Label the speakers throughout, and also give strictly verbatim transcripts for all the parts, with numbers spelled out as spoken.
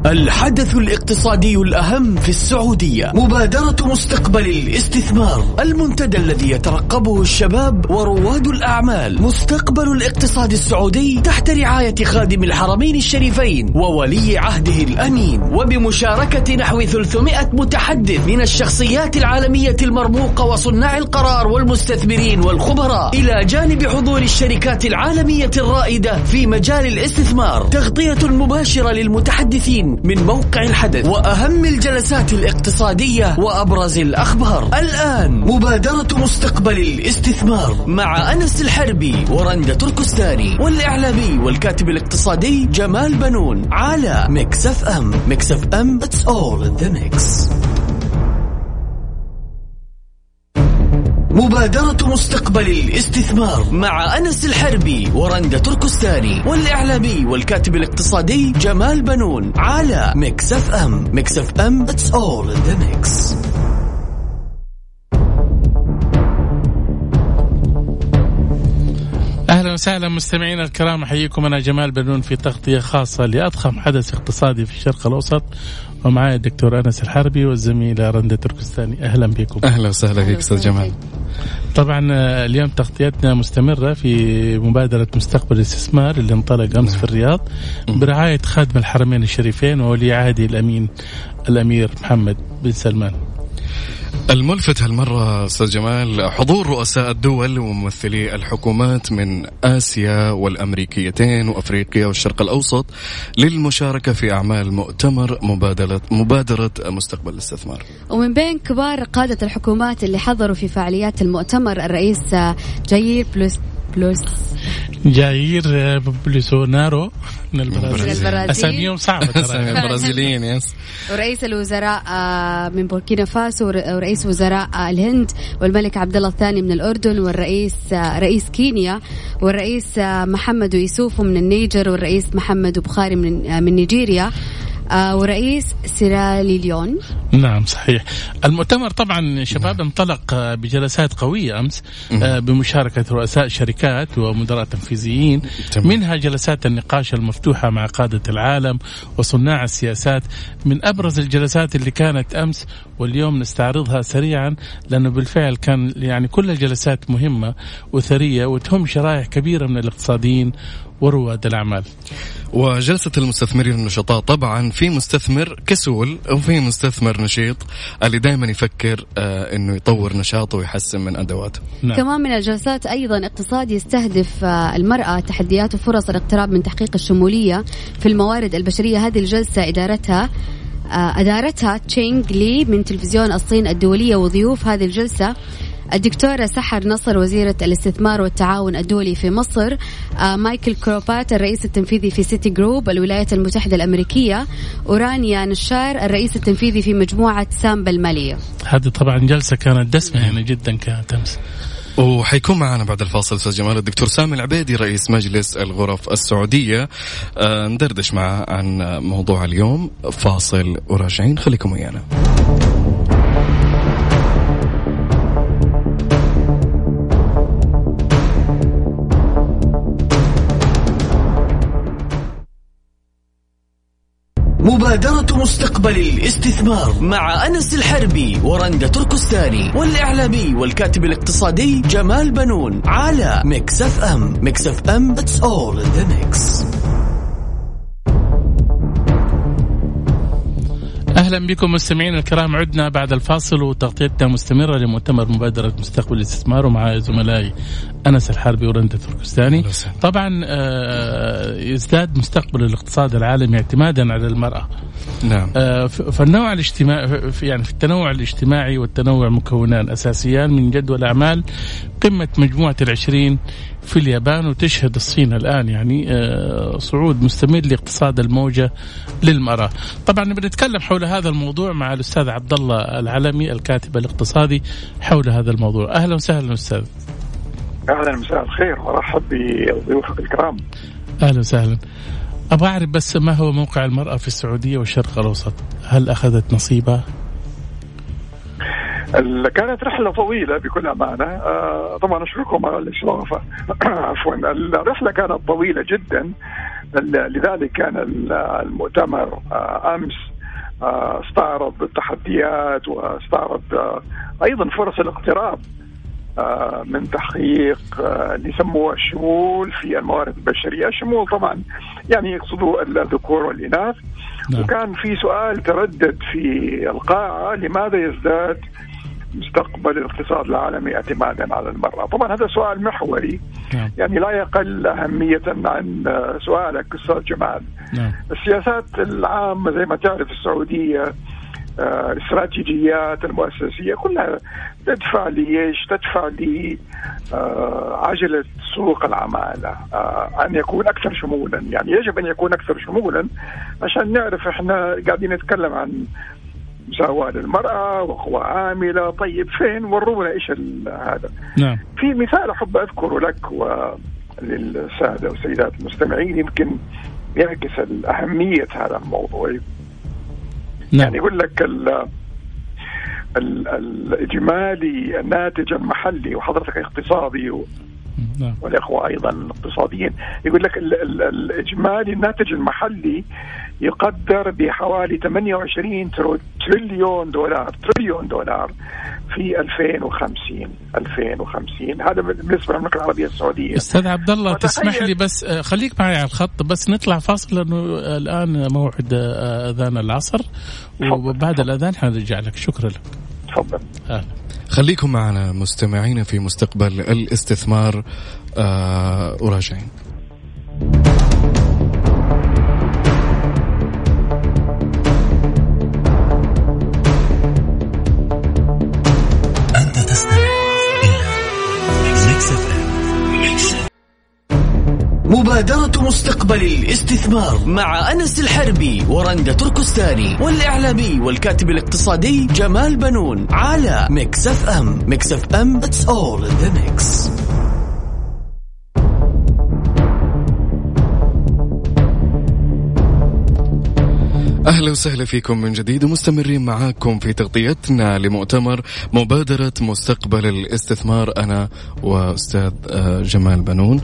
Speaker 1: الحدث الاقتصادي الأهم في السعودية، مبادرة مستقبل الاستثمار، المنتدى الذي يترقبه الشباب ورواد الأعمال. مستقبل الاقتصاد السعودي تحت رعاية خادم الحرمين الشريفين وولي عهده الأمين، وبمشاركة نحو ثلاثمائة متحدث من الشخصيات العالمية المرموقة وصناع القرار والمستثمرين والخبراء، إلى جانب حضور الشركات العالمية الرائدة في مجال الاستثمار. تغطية مباشرة للمتحدثين من موقع الحدث وأهم الجلسات الاقتصادية وأبرز الأخبار. الآن مبادرة مستقبل الاستثمار مع أنس الحربي ورندا تركستاني، والإعلامي والكاتب الاقتصادي جمال بنون، على ميكس اف ام. ميكس اف ام It's all in the mix. مبادرة مستقبل الاستثمار مع أنس الحربي ورندا تركستاني، والإعلامي والكاتب الاقتصادي جمال بنون، على ميكس اف ام. ميكس اف ام It's all in the mix.
Speaker 2: أهلا وسهلا مستمعينا الكرام، أحييكم أنا جمال بنون في تغطية خاصة لأضخم حدث اقتصادي في الشرق الأوسط، ومعي الدكتور أنس الحربي والزميلة رندا تركستاني. أهلا بكم.
Speaker 3: أهلا وسهلا فيك أستاذ جمال.
Speaker 2: طبعا اليوم تغطيتنا مستمرة في مبادرة مستقبل الاستثمار اللي انطلق أمس في الرياض برعاية خادم الحرمين الشريفين وولي عهده الأمين الأمير محمد بن سلمان.
Speaker 3: الملفت هالمرة أستاذ جمال حضور رؤساء الدول وممثلي الحكومات من آسيا والأمريكيتين وأفريقيا والشرق الأوسط للمشاركة في أعمال مؤتمر مبادرة مبادرة مستقبل الاستثمار.
Speaker 4: ومن بين كبار قادة الحكومات اللي حضروا في فعاليات المؤتمر الرئيس جاير بلوس بلوس
Speaker 2: جاير بولسونارو من البرازيل، أساميهم صعبة
Speaker 3: أسامي البرازيليين يس.
Speaker 4: ورئيس الوزراء من بوركينا فاسو، ورئيس وزراء الهند، والملك عبد الله الثاني من الأردن، والرئيس رئيس كينيا، والرئيس محمد يوسف من النيجر، والرئيس محمد بخاري من من نيجيريا، ورئيس سيراليون.
Speaker 2: نعم صحيح. المؤتمر طبعا شباب انطلق بجلسات قوية أمس بمشاركة رؤساء شركات ومدراء تنفيذيين، منها جلسات النقاش المفتوحة مع قادة العالم وصناع السياسات. من أبرز الجلسات اللي كانت أمس واليوم نستعرضها سريعا، لأنه بالفعل كان يعني كل الجلسات مهمة وثرية وتهم شرائح كبيرة من الاقتصاديين ورواد الأعمال.
Speaker 3: وجلسة المستثمرين النشطاء، طبعا في مستثمر كسول وفي مستثمر نشيط اللي دائما يفكر آه انه يطور نشاطه ويحسن من ادواته.
Speaker 4: نعم. كمان من الجلسات ايضا اقتصاد يستهدف آه المرأة، تحديات وفرص الاقتراب من تحقيق الشمولية في الموارد البشرية. هذه الجلسة ادارتها آه ادارتها تشينغ لي من تلفزيون الصين الدولية، وضيوف هذه الجلسة الدكتورة سحر نصر وزيرة الاستثمار والتعاون الدولي في مصر، آه مايكل كروبات الرئيس التنفيذي في سيتي جروب الولايات المتحدة الأمريكية، ورانيا نشار الرئيس التنفيذي في مجموعة سامبا المالية.
Speaker 2: هذه طبعا جلسة كانت دسمة يعني جدا كانت أمس.
Speaker 3: وحيكون معنا بعد الفاصل أستاذ جمال الدكتور سامي العبيدي رئيس مجلس الغرف السعودية، آه ندردش معه عن موضوع اليوم. فاصل وراجعين، خليكم ويانا.
Speaker 1: مبادرة مستقبل الاستثمار مع أنس الحربي ورندا تركستاني، والإعلامي والكاتب الاقتصادي جمال بنون، على ميكس اف ام. ميكس اف ام It's all in the mix.
Speaker 2: أهلا بكم مستمعين الكرام، عدنا بعد الفاصل وتغطيتنا مستمرة لمؤتمر مبادرة مستقبل الاستثمار، ومع زملائي أنس الحربي ورندا تركستاني. طبعا يزداد مستقبل الاقتصاد العالمي اعتمادا على المرأة.
Speaker 3: نعم.
Speaker 2: فالنوع الاجتماعي يعني في التنوع الاجتماعي والتنوع مكونان أساسيان من جدول أعمال قمة مجموعة العشرين في اليابان، وتشهد الصين الآن يعني صعود مستمر لاقتصاد الموجة للمرأة. طبعا بنتكلم حول هذا الموضوع مع الأستاذ عبد الله العلمي الكاتب الاقتصادي حول هذا الموضوع. أهلا وسهلا أستاذ.
Speaker 5: أهلا مساء الخير ورحب بضيوفك الكرام.
Speaker 2: أهلا وسهلا. أبغى أعرف بس ما هو موقع المرأة في السعودية والشرق الأوسط؟ هل أخذت نصيبها؟
Speaker 5: كانت رحلة طويلة بكل أمانة. آه طبعا أشكركم على الاستضافة. عفوا، الرحلة كانت طويلة جدا لذلك كان المؤتمر أمس استعرض التحديات واستعرض أيضا فرص الاقتراب من تحقيق اللي يسموه الشمول في الموارد البشرية. الشمول طبعا يعني يقصدوا الذكور والإناث. نعم. وكان في سؤال تردد في القاعة: لماذا يزداد مستقبل الاقتصاد العالمي اعتمادا على المرأة؟ طبعا هذا سؤال محوري. نعم. يعني لا يقل أهمية عن سؤالك أستاذ جمال. نعم. السياسات العامة زي ما تعرف السعودية، الاستراتيجيات المؤسسية كلها تدفع ليش؟ تدفع لعجلة سوق العمالة أن يكون أكثر شمولا. يعني يجب أن يكون أكثر شمولا عشان نعرف إحنا قاعدين نتكلم عن مساواة للمرأة وقوى عاملة. طيب فين ورونا إيش هذا؟ نعم. في مثال أحب أذكره لك وللسادة والسيدات المستمعين يمكن يعكس أهمية هذا الموضوع. نعم. يعني يقول لك ال ال الإجمالي الناتج المحلي، وحضرتك اقتصادي و نعم. والإخوة أيضا اقتصاديين، يقول لك ال ال الإجمالي الناتج المحلي يقدر بحوالي ثمانية وعشرين تريليون دولار تريليون دولار في ألفين وخمسين ألفين وخمسين. هذا بالنسبة للمملكة العربية السعودية.
Speaker 2: أستاذ عبد الله تسمح لي بس خليك معي على الخط، بس نطلع فاصل لأنه الآن موعد أذان العصر وبعد الأذان حنرجع لك. شكرا لك.
Speaker 5: تفضل.
Speaker 2: أهلا.
Speaker 3: خليكم معنا مستمعين في مستقبل الاستثمار. آه وراجعين.
Speaker 1: مبادرة مستقبل الاستثمار مع أنس الحربي ورندا تركستاني والإعلامي والكاتب الاقتصادي جمال بنون على ميكس اف ام. ميكس اف ام it's all in the mix.
Speaker 3: أهلا وسهلا فيكم من جديد ومستمرين معاكم في تغطيتنا لمؤتمر مبادرة مستقبل الاستثمار أنا وأستاذ جمال بنون.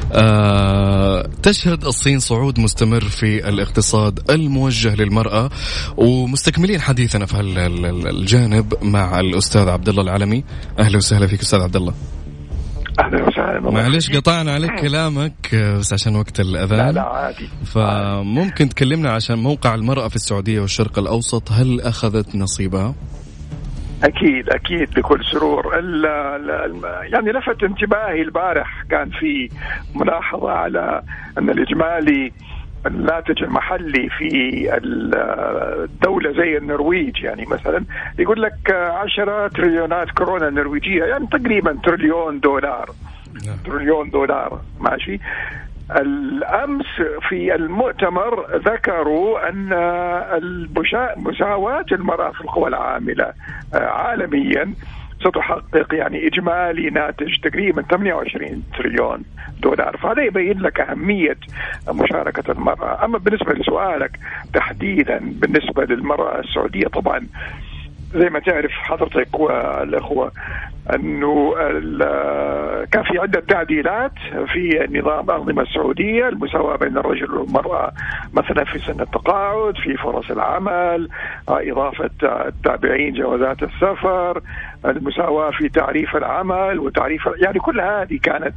Speaker 3: تشهد الصين صعود مستمر في الاقتصاد الموجه للمرأة، ومستكملين حديثنا في هالجانب مع الأستاذ عبد الله العلمي. أهلا وسهلا فيك أستاذ عبد الله.
Speaker 5: أهلا وسهلا.
Speaker 3: معلش قطعنا عليك كلامك بس عشان وقت الأذان.
Speaker 5: لا لا عادي.
Speaker 3: فممكن تكلمنا عشان موقع المرأة في السعودية والشرق الأوسط، هل أخذت نصيبها؟
Speaker 5: أكيد أكيد بكل سرور. ال ال يعني لفت انتباهي البارح كان في ملاحظة على أن الإجمالي الناتج المحلي في الدولة زي النرويج، يعني مثلا يقول لك عشرة تريليونات كورونا نرويجية، يعني تقريبا تريليون دولار. تريليون دولار ماشي. الأمس في المؤتمر ذكروا أن مساواة المرأة في القوى العاملة عالميا ستحقق يعني إجمالي ناتج تقريبا ثمانية وعشرين تريليون دولار. فهذا يبين لك أهمية مشاركة المرأة. أما بالنسبة لسؤالك تحديدا بالنسبة للمرأة السعودية، طبعا زي ما تعرف حضرتك والأخوة أنه كان في عدة تعديلات في نظام الأنظمة السعودية، المساواة بين الرجل والمرأة مثلا في سن التقاعد، في فرص العمل، إضافة التابعين جوازات السفر، المساواة في تعريف العمل وتعريف، يعني كل هذه كانت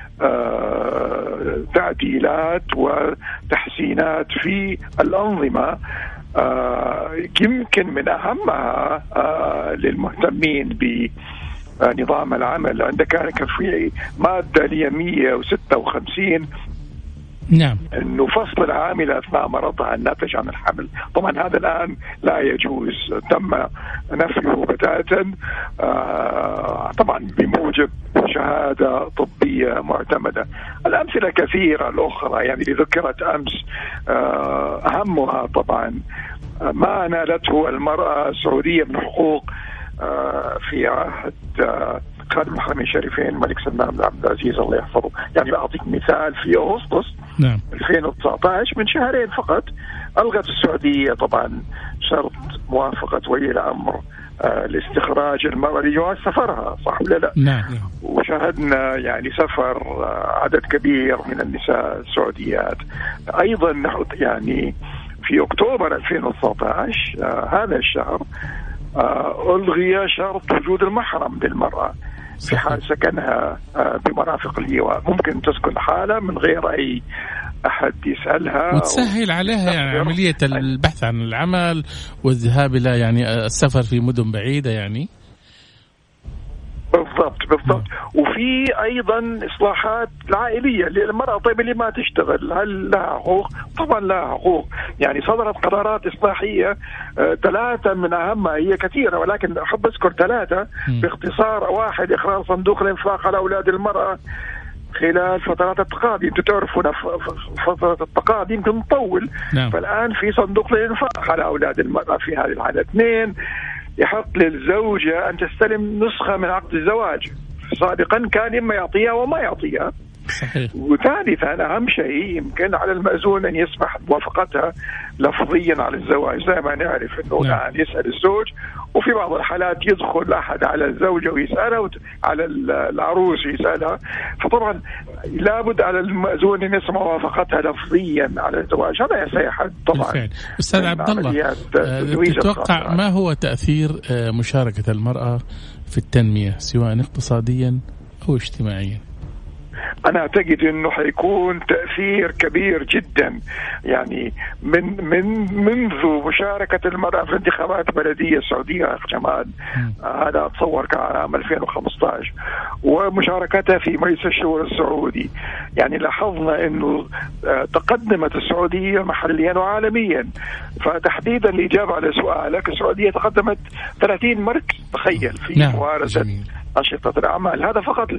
Speaker 5: تعديلات وتحسينات في الأنظمة. آه يمكن من أهمها آه للمهتمين بنظام العمل عندك كان في مادة مئة وستة وخمسين
Speaker 2: نعم
Speaker 5: أنه فصل العاملة أثناء مرضها الناتج عن الحمل. طبعا هذا الآن لا يجوز، تم نفيه بتاتا آه طبعا بموجب شهادة طبية معتمدة. الأمثلة كثيرة الأخرى يعني اللي ذكرت أمس آه أهمها طبعا ما نالته المرأة السعودية من حقوق آه في عهد آه خادم الحرمين الشريفين الملك سلمان بن عبد العزيز الله يحفظه. يعني بعطيك مثال، في أغسطس
Speaker 2: نعم.
Speaker 5: ألفين وتسعة عشر من شهرين فقط ألغت السعودية طبعا شرط موافقة ولي الأمر الاستخراج المرأة لجواز سفرها، صح ولا لا؟
Speaker 2: نعم.
Speaker 5: وشاهدنا يعني سفر عدد كبير من النساء السعوديات. أيضا يعني في أكتوبر ألفين وتسعة عشر آه هذا الشهر آه ألغي شرط وجود المحرم للمرأة في حال سكنها آه بمرافق الإيواء. ممكن تسكن حالة من غير أي أحد يسألها
Speaker 2: وتسهل عليها يعني عملية البحث عن العمل والذهاب إلى يعني السفر في مدن بعيدة يعني.
Speaker 5: بالضبط بالضبط. وفي أيضا إصلاحات العائلية للمرأة. طيب اللي ما تشتغل هل لها حقوق؟ طبعا لها حقوق. يعني صدرت قرارات إصلاحية آه ثلاثة من أهمها، هي كثيرة ولكن أحب أذكر ثلاثة باختصار. واحد، إخراج صندوق الإنفاق على أولاد المرأة خلال فترات التقاعد. انتم تعرفون فترة التقاعد يمكن تطول. نعم. فالآن في صندوق للإنفاق على أولاد المرأة في هذه الحالة. اثنين، يحق للزوجة أن تستلم نسخة من عقد الزواج. سابقا كان إما يعطيها وما يعطيها.
Speaker 2: صحيح.
Speaker 5: وثالثا أهم شيء، يمكن على المأذون أن يسمح بموافقتها لفظيا على الزواج. زي ما نعرف أنه نعم. يعني يسأل الزوج، وفي بعض الحالات يدخل أحد على الزوجة ويسألها، على العروس يسألها. فطبعا لابد على المأذون أن يسمع موافقتها لفظيا على الزواج. هذا سيحد طبعا.
Speaker 2: أستاذ عبد الله، تتوقع ما هو تأثير مشاركة المرأة في التنمية سواء اقتصاديا أو اجتماعيا؟
Speaker 5: أنا أعتقد أنه حيكون تأثير كبير جدا. يعني من من منذ مشاركة المرأة في انتخابات بلدية السعودية يا أخ جمال، هذا أتصور كان عام ألفين وخمسة عشر، ومشاركتها في مجلس الشورى السعودي، يعني لاحظنا أنه تقدمت السعودية محليا وعالميا. فتحديدا الإجابة على سؤالك، السعودية تقدمت ثلاثين مركز تخيل في
Speaker 2: نعم.
Speaker 5: ممارسة أنشطة الأعمال. هذا فقط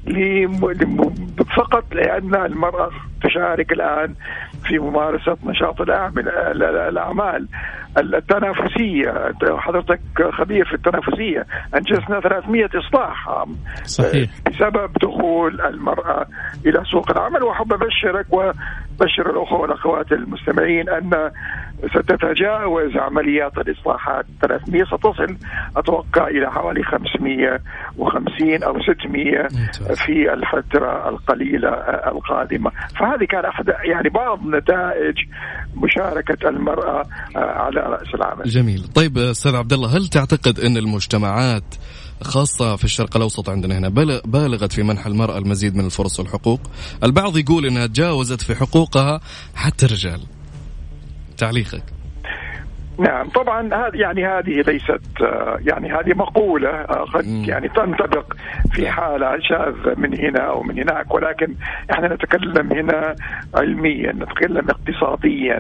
Speaker 5: فقط لأن المرأة تشارك الآن في ممارسة نشاط الأعمال التنافسية. حضرتك خبير في التنافسية. أنجزنا ثلاثمئة إصلاح
Speaker 2: صحيح.
Speaker 5: بسبب دخول المرأة إلى سوق العمل. وأحب أبشرك وبشر الأخوة والأخوات المستمعين أن ستتجاوز عمليات الإصلاحات ثلاثمئة، ستصل أتوقع إلى حوالي خمسمئة وخمسين أو ستمئة في الفترة القليلة القادمة. فهذه كان أحد يعني بعض نتائج مشاركة المرأة على رأس العمل.
Speaker 3: جميل. طيب أستاذ عبد الله، هل تعتقد أن المجتمعات خاصة في الشرق الأوسط عندنا هنا بالغت في منح المرأة المزيد من الفرص والحقوق؟ البعض يقول أنها تجاوزت في حقوقها حتى الرجال. تعليقك؟
Speaker 5: نعم طبعا هذه يعني هذه ليست يعني هذه مقولة قد يعني تنطبق في حالة شاذة من هنا أو من هناك، ولكن احنا نتكلم هنا علميا، نتكلم اقتصاديا،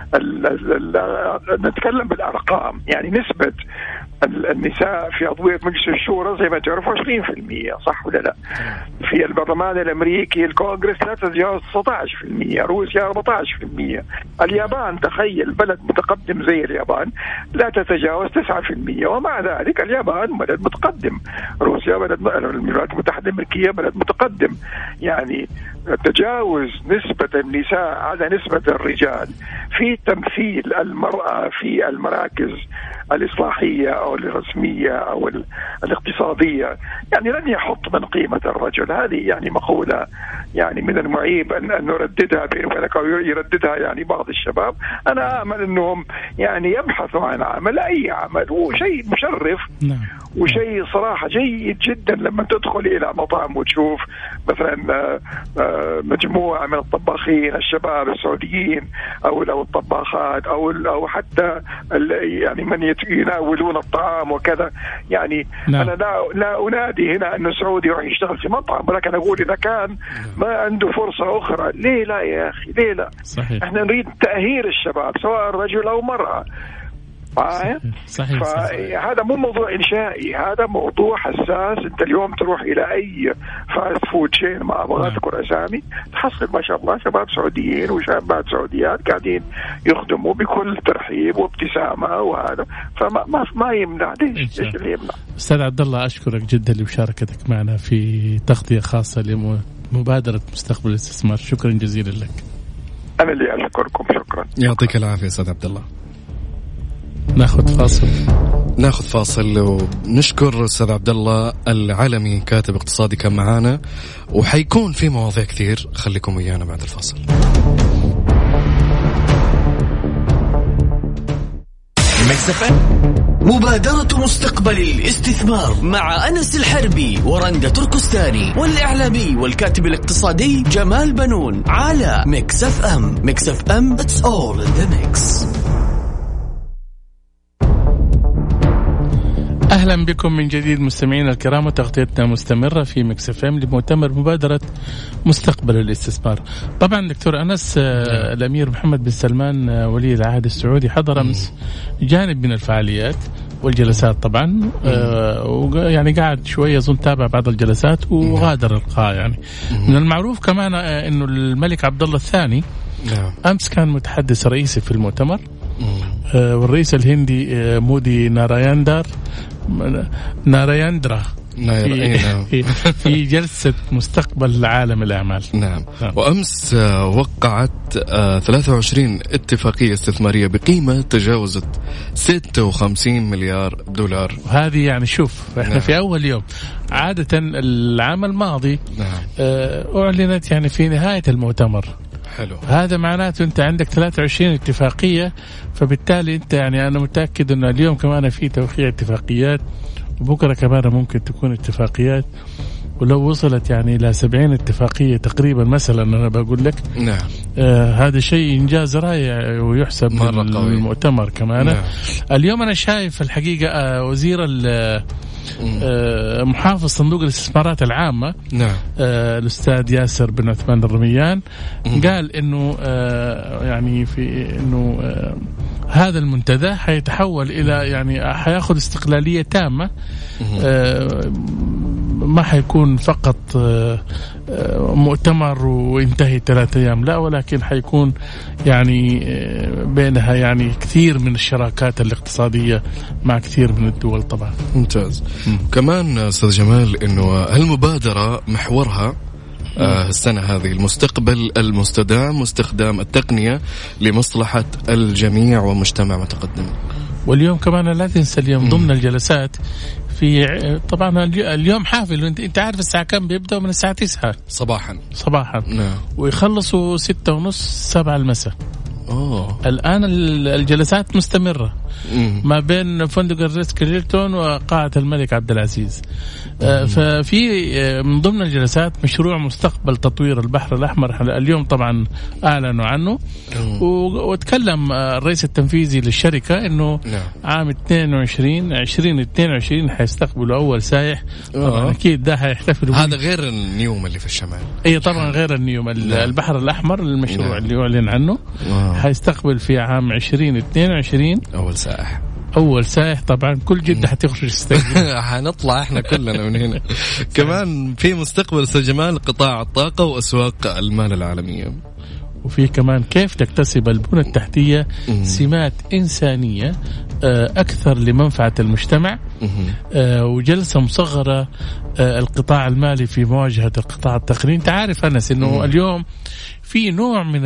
Speaker 5: نتكلم بالأرقام. يعني نسبة النساء في عضوية مجلس الشورى زي ما تعرفوا عشرين بالمئة، صح ولا لا؟ في البرلمان الأمريكي الكونغرس لا تتجاوز تسعة عشر بالمئة، روسيا أربعة عشر بالمئة، اليابان تخيل بلد متقدم زي اليابان لا تتجاوز تسعة بالمئة، ومع ذلك اليابان بلد متقدم، روسيا بلد، الولايات المتحدة الأمريكية بلد متقدم. يعني تجاوز نسبة النساء على نسبة الرجال في تمثيل المرأة في المراكز الإصلاحية أو الرسمية أو الاقتصادية يعني لن يحط من قيمة الرجل. هذه يعني مقولة يعني من المعيب أن نرددها بيني وبينك أو يرددها يعني بعض الشباب. أنا آمل أنهم يعني يبحثوا عن عمل، أي عمل، وشيء مشرف وشيء صراحة جيد جدا لما تدخل إلى مطعم وتشوف مثلا مجموعة من الطباخين الشباب السعوديين أو أو الطباخات أو أو حتى يعني من يناولون الطعام وكذا. يعني نعم. أنا لا لا أنادي هنا أن السعودي يروح يشتغل في مطعم، ولكن أقول إذا كان ما عنده فرصة أخرى ليه لا يا أخي، ليه لا؟ صحيح. إحنا نريد تأهيل الشباب سواء رجل أو مرأة.
Speaker 2: صحيح. صحيح. صحيح.
Speaker 5: هذا مو موضوع إنشائي، هذا موضوع حساس. أنت اليوم تروح إلى أي فاست فود شين، ما أبغى أذكر أسامي، تحصل ما شاء الله شباب سعوديين وشابات سعوديات قاعدين يخدموا بكل ترحيب وابتسامة، وهذا فما ما, ما يمنع. ليش ليش اللي يمنع؟
Speaker 2: أستاذ عبد الله أشكرك جدا لمشاركتك معنا في تغطية خاصة لمبادرة مستقبل الاستثمار. شكرا جزيلا لك.
Speaker 5: أنا اللي أشكركم. شكرا.
Speaker 3: يعطيك العافية أستاذ عبد الله.
Speaker 2: ناخذ فاصل.
Speaker 3: ناخذ فاصل ونشكر أستاذ عبد الله العلمي كاتب اقتصادي كان معانا، وحيكون في مواضيع كثير، خليكم ويانا بعد الفاصل.
Speaker 1: مبادرة مستقبل الاستثمار مع أنس الحربي ورندا تركستاني والإعلامي والكاتب الاقتصادي جمال بنون على ميكس اف ام. ميكس اف ام it's all in the mix.
Speaker 2: أهلا بكم من جديد مستمعينا الكرام، وتغطيتنا مستمرة في ميكس اف ام لمؤتمر مبادرة مستقبل الاستثمار. طبعا دكتور أنس آه الأمير محمد بن سلمان آه ولي العهد السعودي حضر أمس جانب من الفعاليات والجلسات طبعا، آه يعني قاعد شوية أظن تابع بعض الجلسات وغادر القاعة. يعني من المعروف كمان آه إنه الملك عبد الله الثاني أمس كان متحدث رئيسي في المؤتمر، آه والرئيس الهندي آه مودي نارايندر نارايندرا في, في, في جلسة مستقبل عالم الأعمال.
Speaker 3: نعم. نعم. وأمس وقعت ثلاثة وعشرين اتفاقية استثمارية بقيمة تجاوزت ستة وخمسين مليار دولار.
Speaker 2: وهذه يعني شوف احنا نعم. في أول يوم عادة العام الماضي نعم. أعلنت يعني في نهاية المؤتمر.
Speaker 3: حلو.
Speaker 2: هذا معناته أنت عندك ثلاثة وعشرين اتفاقية، فبالتالي أنت يعني أنا متأكد أنه اليوم كمان في توقيع اتفاقيات، وبكرة كمان ممكن تكون اتفاقيات، ولو وصلت يعني إلى سبعين اتفاقية تقريبا مثلا أنا بقول لك.
Speaker 3: نعم.
Speaker 2: آه هذا شيء إنجاز رائع ويحسب من المؤتمر كمان. نعم. اليوم أنا شايف الحقيقة آه وزير آه محافظ صندوق الاستثمارات العامة
Speaker 3: نعم.
Speaker 2: آه الأستاذ ياسر بن عثمان الرميان مم. قال إنه آه يعني في إنه آه هذا المنتدى حيتحول إلى يعني حياخذ استقلالية تامة، آه ما حيكون فقط آه مؤتمر وينتهي ثلاثة أيام، لا، ولكن حيكون يعني بينها يعني كثير من الشراكات الاقتصادية مع كثير من الدول طبعا.
Speaker 3: ممتاز. م. كمان أستاذ جمال إنه هالمبادرة محورها آه السنة هذه المستقبل المستدام واستخدام التقنية لمصلحة الجميع ومجتمع متقدم.
Speaker 2: واليوم كمان لا تنسى اليوم ضمن الجلسات في طبعا اليوم حافل، انت عارف الساعة كم بيبدأ؟ من الساعة تسعة
Speaker 3: صباحا
Speaker 2: صباحا
Speaker 3: نعم.
Speaker 2: ويخلصوا ستة ونص سبعة المساء.
Speaker 3: أوه.
Speaker 2: الآن الجلسات مستمرة مم. ما بين فندق الريتز كارلتون وقاعة الملك عبد العزيز. آه ففي من ضمن الجلسات مشروع مستقبل تطوير البحر الأحمر، اليوم طبعا أعلنوا عنه مم. وتكلم الرئيس التنفيذي للشركة إنه نعم. عام اثنين وعشرين عشرين اثنين وعشرين حيستقبلوا أول سايح. طبعا أكيد ده حيحتفلوا.
Speaker 3: هذا غير النيوم اللي في الشمال.
Speaker 2: أي طبعا غير النيوم. نعم. البحر الأحمر المشروع نعم. اللي يعلن عنه واو. حيستقبل في عام عشرين اثنين وعشرين
Speaker 3: أول سائح.
Speaker 2: أول سائح طبعا كل جدة حتخرج تستقبل.
Speaker 3: حنطلع إحنا كلنا من هنا. كمان في مستقبل استجمال قطاع الطاقة وأسواق المال العالمية.
Speaker 2: وفي كمان كيف تكتسب البنى التحتية سمات إنسانية أكثر لمنفعة المجتمع، وجلسة مصغرة القطاع المالي في مواجهة القطاع التقني. أنت عارف أنس إنه اليوم في نوع من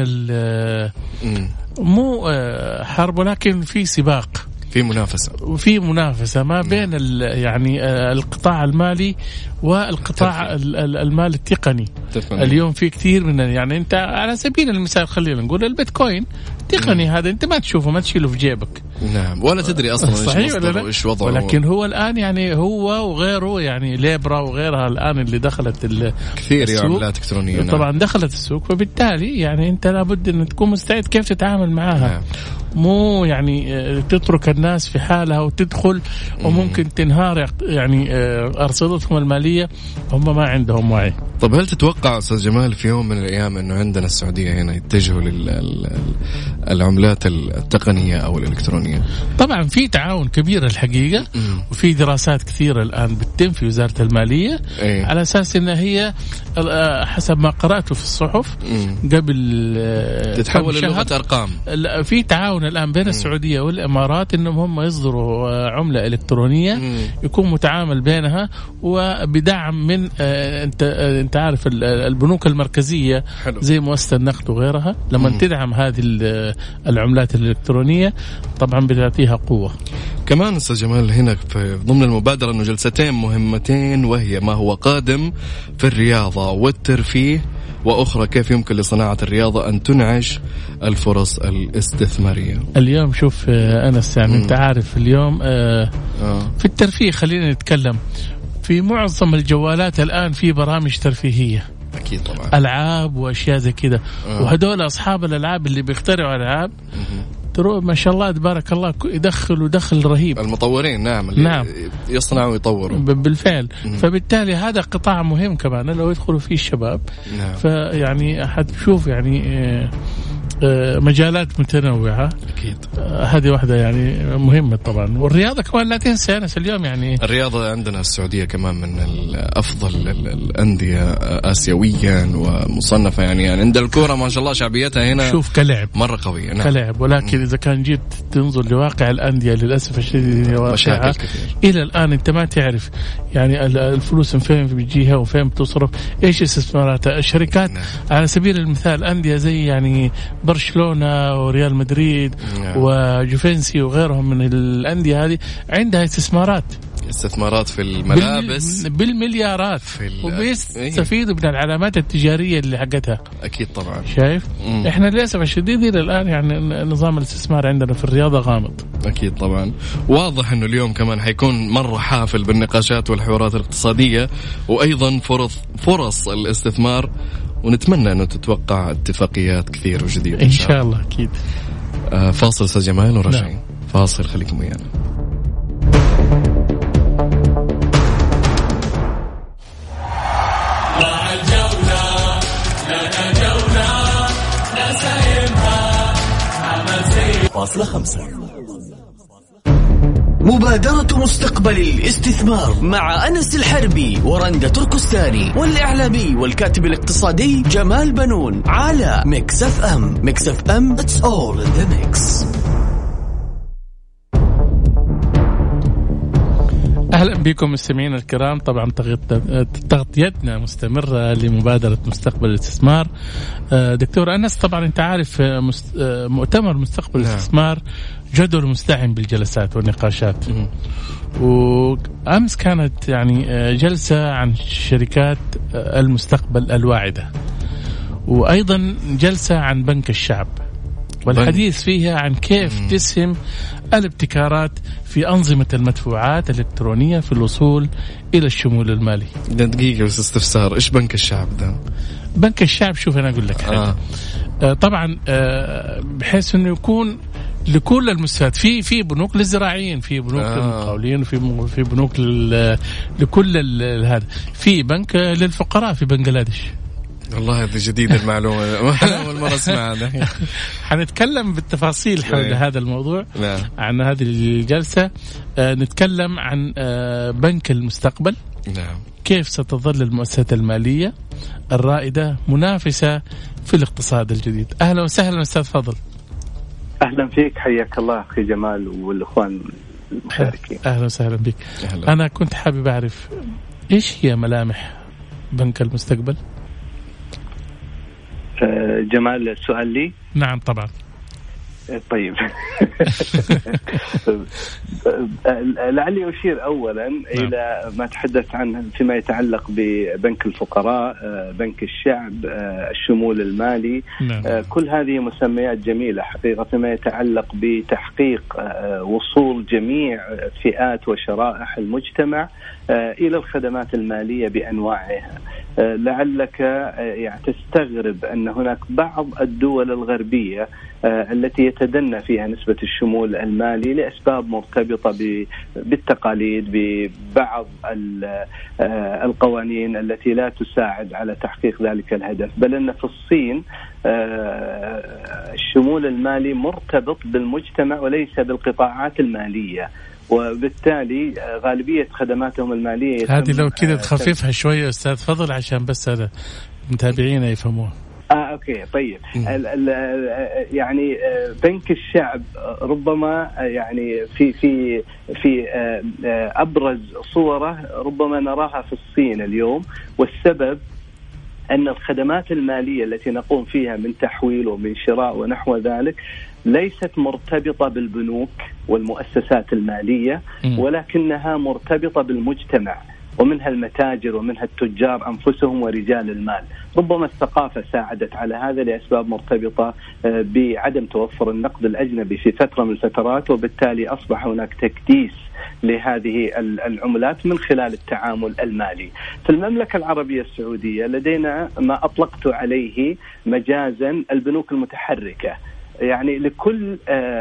Speaker 2: مو حرب ولكن في سباق،
Speaker 3: في منافسة
Speaker 2: وفي منافسة ما بين يعني القطاع المالي والقطاع المال التقني. تفهم. اليوم في كثير من يعني أنت على سبيل المثال خلينا نقول البيتكوين تقني، هذا أنت ما تشوفه ما تشيله في جيبك.
Speaker 3: نعم. ولا تدري أصلا
Speaker 2: صحيح ولا إيش وضعه. ولكن هو الآن يعني هو وغيره يعني ليبرا وغيرها الآن اللي دخلت
Speaker 3: كثير يا عملات إلكترونية. نعم.
Speaker 2: طبعا دخلت السوق، فبالتالي يعني أنت لابد أن تكون مستعد كيف تتعامل معها. نعم. مو يعني تترك الناس في حالها وتدخل وممكن تنهار يعني أرصدتهم المالية هم ما عندهم وعي.
Speaker 3: طب هل تتوقع أستاذ جمال في يوم من الأيام أنه عندنا السعودية هنا يتجهوا للعملات التقنية أو الإلكترونية؟
Speaker 2: طبعا في تعاون كبير الحقيقة مم. وفي دراسات كثيرة الآن بتتم في وزارة المالية ايه؟ على أساس أنها هي حسب ما قرأته في الصحف مم. قبل
Speaker 3: تتحول للغة أرقام.
Speaker 2: في تعاون الآن بين مم. السعودية والإمارات أنهم هم يصدروا عملة إلكترونية مم. يكون متعامل بينها وبدعم من أنت عارف البنوك المركزية حلو. زي مؤسسة النقد وغيرها لما مم. تدعم هذه العملات الإلكترونية طبعا بتعطيها قوة.
Speaker 3: كمان أستاذ جمال هنا في ضمن المبادرة أنه جلستين مهمتين، وهي ما هو قادم في الرياضة والترفيه، وأخرى كيف يمكن لصناعة الرياضة أن تنعش الفرص الاستثمارية.
Speaker 2: اليوم شوف أنس يعني أنت عارف اليوم آه آه. في الترفيه خلينا نتكلم، في معظم الجوالات الآن في برامج ترفيهية
Speaker 3: أكيد طبعا،
Speaker 2: ألعاب وأشياء زي كده آه. وهدول أصحاب الألعاب اللي بيخترعوا ألعاب ترى ما شاء الله تبارك الله يدخلوا دخل رهيب.
Speaker 3: المطورين نعم اللي
Speaker 2: نعم
Speaker 3: يصنعوا ويطوروا
Speaker 2: بالفعل. مم. فبالتالي هذا قطاع مهم كمان لو يدخلوا فيه الشباب. نعم. فيعني حتشوف يعني مجالات متنوعة أكيد. هذه واحدة يعني مهمة طبعا. والرياضة كمان لا تنسى أنس اليوم يعني
Speaker 3: الرياضة عندنا السعودية كمان من أفضل الأندية آسيويا ومصنفة يعني, يعني عند الكورة ما شاء الله شعبيتها هنا
Speaker 2: شوف كلعب
Speaker 3: مرة قوية. نعم.
Speaker 2: كلعب ولكن إذا كان جيت تنظر لواقع الأندية للأسف الشديد واقعها إلى الآن أنت ما تعرف يعني الفلوس من فين بتجيها وفين بتصرف، إيش استثماراتها الشركات. نعم. على سبيل المثال أندية زي يعني برشلونة وريال مدريد نعم. وجوفنسي وغيرهم من الأندية هذه عندها استثمارات
Speaker 3: استثمارات في الملابس
Speaker 2: بالمليارات وبيستفيدوا من العلامات التجارية اللي حقتها.
Speaker 3: أكيد طبعا
Speaker 2: شايف. مم. إحنا للأسف الشديد إلى الآن يعني نظام الاستثمار عندنا في الرياضة غامض.
Speaker 3: أكيد طبعا. واضح إنه اليوم كمان حيكون مرة حافل بالنقاشات والحوارات الاقتصادية وأيضا فرص فرص الاستثمار، ونتمنى أنه تتوقع اتفاقيات كثير وجديدة
Speaker 2: إن شاء الله. أكيد.
Speaker 3: آه فاصل أستاذ جمال ورجعين. فاصل خليكم ويانا.
Speaker 1: فاصلة خمسة. مبادرة مستقبل الاستثمار مع أنس الحربي ورندا تركستاني والإعلامي والكاتب الاقتصادي جمال بنون على ميكس اف ام. ميكس اف ام it's all in the mix.
Speaker 2: أهلا بكم مستمعين الكرام. طبعا تغطيتنا مستمرة لمبادرة مستقبل الاستثمار. دكتور أنس طبعا أنت عارف مؤتمر مستقبل الاستثمار جدول مستعن بالجلسات والنقاشات. وأمس كانت يعني جلسة عن شركات المستقبل الواعدة، وأيضا جلسة عن بنك الشعب، والحديث فيها عن كيف تسهم الابتكارات في أنظمة المدفوعات الإلكترونية في الوصول إلى الشمول المالي.
Speaker 3: دقيقة بس استفسار، إيش بنك الشعب ده؟
Speaker 2: بنك الشعب شوف أنا أقول لك حاجة. آه. طبعا آه بحيث أنه يكون لكل المستفيدين، في في بنوك للزراعيين، في بنوك آه. للمقاولين، وفي في بنوك لكل هذا، في بنك للفقراء في بنغلاديش.
Speaker 3: والله هذه جديدة المعلومة أول مرة أسمعها.
Speaker 2: حنتكلم بالتفاصيل حول هذا الموضوع. نعم. عن هذه الجلسة آه نتكلم عن آه بنك المستقبل. نعم. كيف ستظل المؤسسات المالية الرائدة منافسة في الاقتصاد الجديد. أهلا وسهلا أستاذ فضل.
Speaker 6: أهلا فيك، حياك الله أخي جمال والإخوان المشاركين.
Speaker 2: أهلا وسهلا بك. أهلا. أنا كنت حابب أعرف إيش هي ملامح بنك المستقبل؟
Speaker 6: جمال السؤال لي؟
Speaker 2: نعم طبعا.
Speaker 6: طيب. لعلي أشير أولا نعم. إلى ما تحدث عنه فيما يتعلق ببنك الفقراء، بنك الشعب، الشمول المالي. نعم. كل هذه مسميات جميلة حقيقة فيما يتعلق بتحقيق وصول جميع فئات وشرائح المجتمع إلى الخدمات المالية بأنواعها. لعلك يعني تستغرب أن هناك بعض الدول الغربية التي يتدنى فيها نسبة الشمول المالي لأسباب مرتبطة بالتقاليد، ببعض القوانين التي لا تساعد على تحقيق ذلك الهدف. بل أن في الصين الشمول المالي مرتبط بالمجتمع وليس بالقطاعات المالية، وبالتالي غالبية خدماتهم المالية.
Speaker 2: هذه لو كده تخففها شوية أستاذ فضل عشان بس هذا متابعين يفهموها.
Speaker 6: آه أوكي طيب. ال ال يعني بنك الشعب ربما يعني في في في أبرز صوره ربما نراها في الصين اليوم، والسبب أن الخدمات المالية التي نقوم فيها من تحويل ومن شراء ونحو ذلك ليست مرتبطة بالبنوك والمؤسسات المالية، ولكنها مرتبطة بالمجتمع، ومنها المتاجر ومنها التجار أنفسهم ورجال المال. ربما الثقافة ساعدت على هذا لأسباب مرتبطة بعدم توفر النقد الأجنبي في فترة من الفترات، وبالتالي أصبح هناك تكديس لهذه العملات من خلال التعامل المالي. في المملكة العربية السعودية لدينا ما أطلقت عليه مجازا البنوك المتحركة، يعني لكل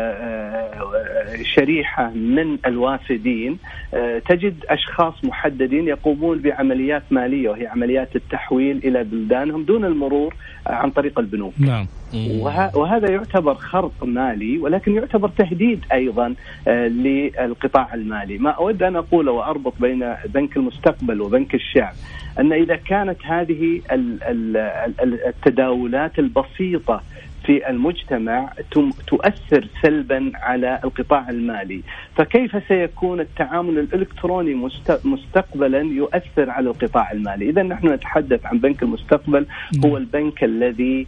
Speaker 6: شريحة من الوافدين تجد أشخاص محددين يقومون بعمليات مالية، وهي عمليات التحويل إلى بلدانهم دون المرور عن طريق البنوك.
Speaker 2: نعم.
Speaker 6: وهذا يعتبر خرق مالي، ولكن يعتبر تهديد أيضا للقطاع المالي. ما أود أن أقول وأربط بين بنك المستقبل وبنك الشعب أن إذا كانت هذه التداولات البسيطة في المجتمع تؤثر سلبا على القطاع المالي، فكيف سيكون التعامل الإلكتروني مستقبلا يؤثر على القطاع المالي؟ إذا نحن نتحدث عن بنك المستقبل، هو البنك الذي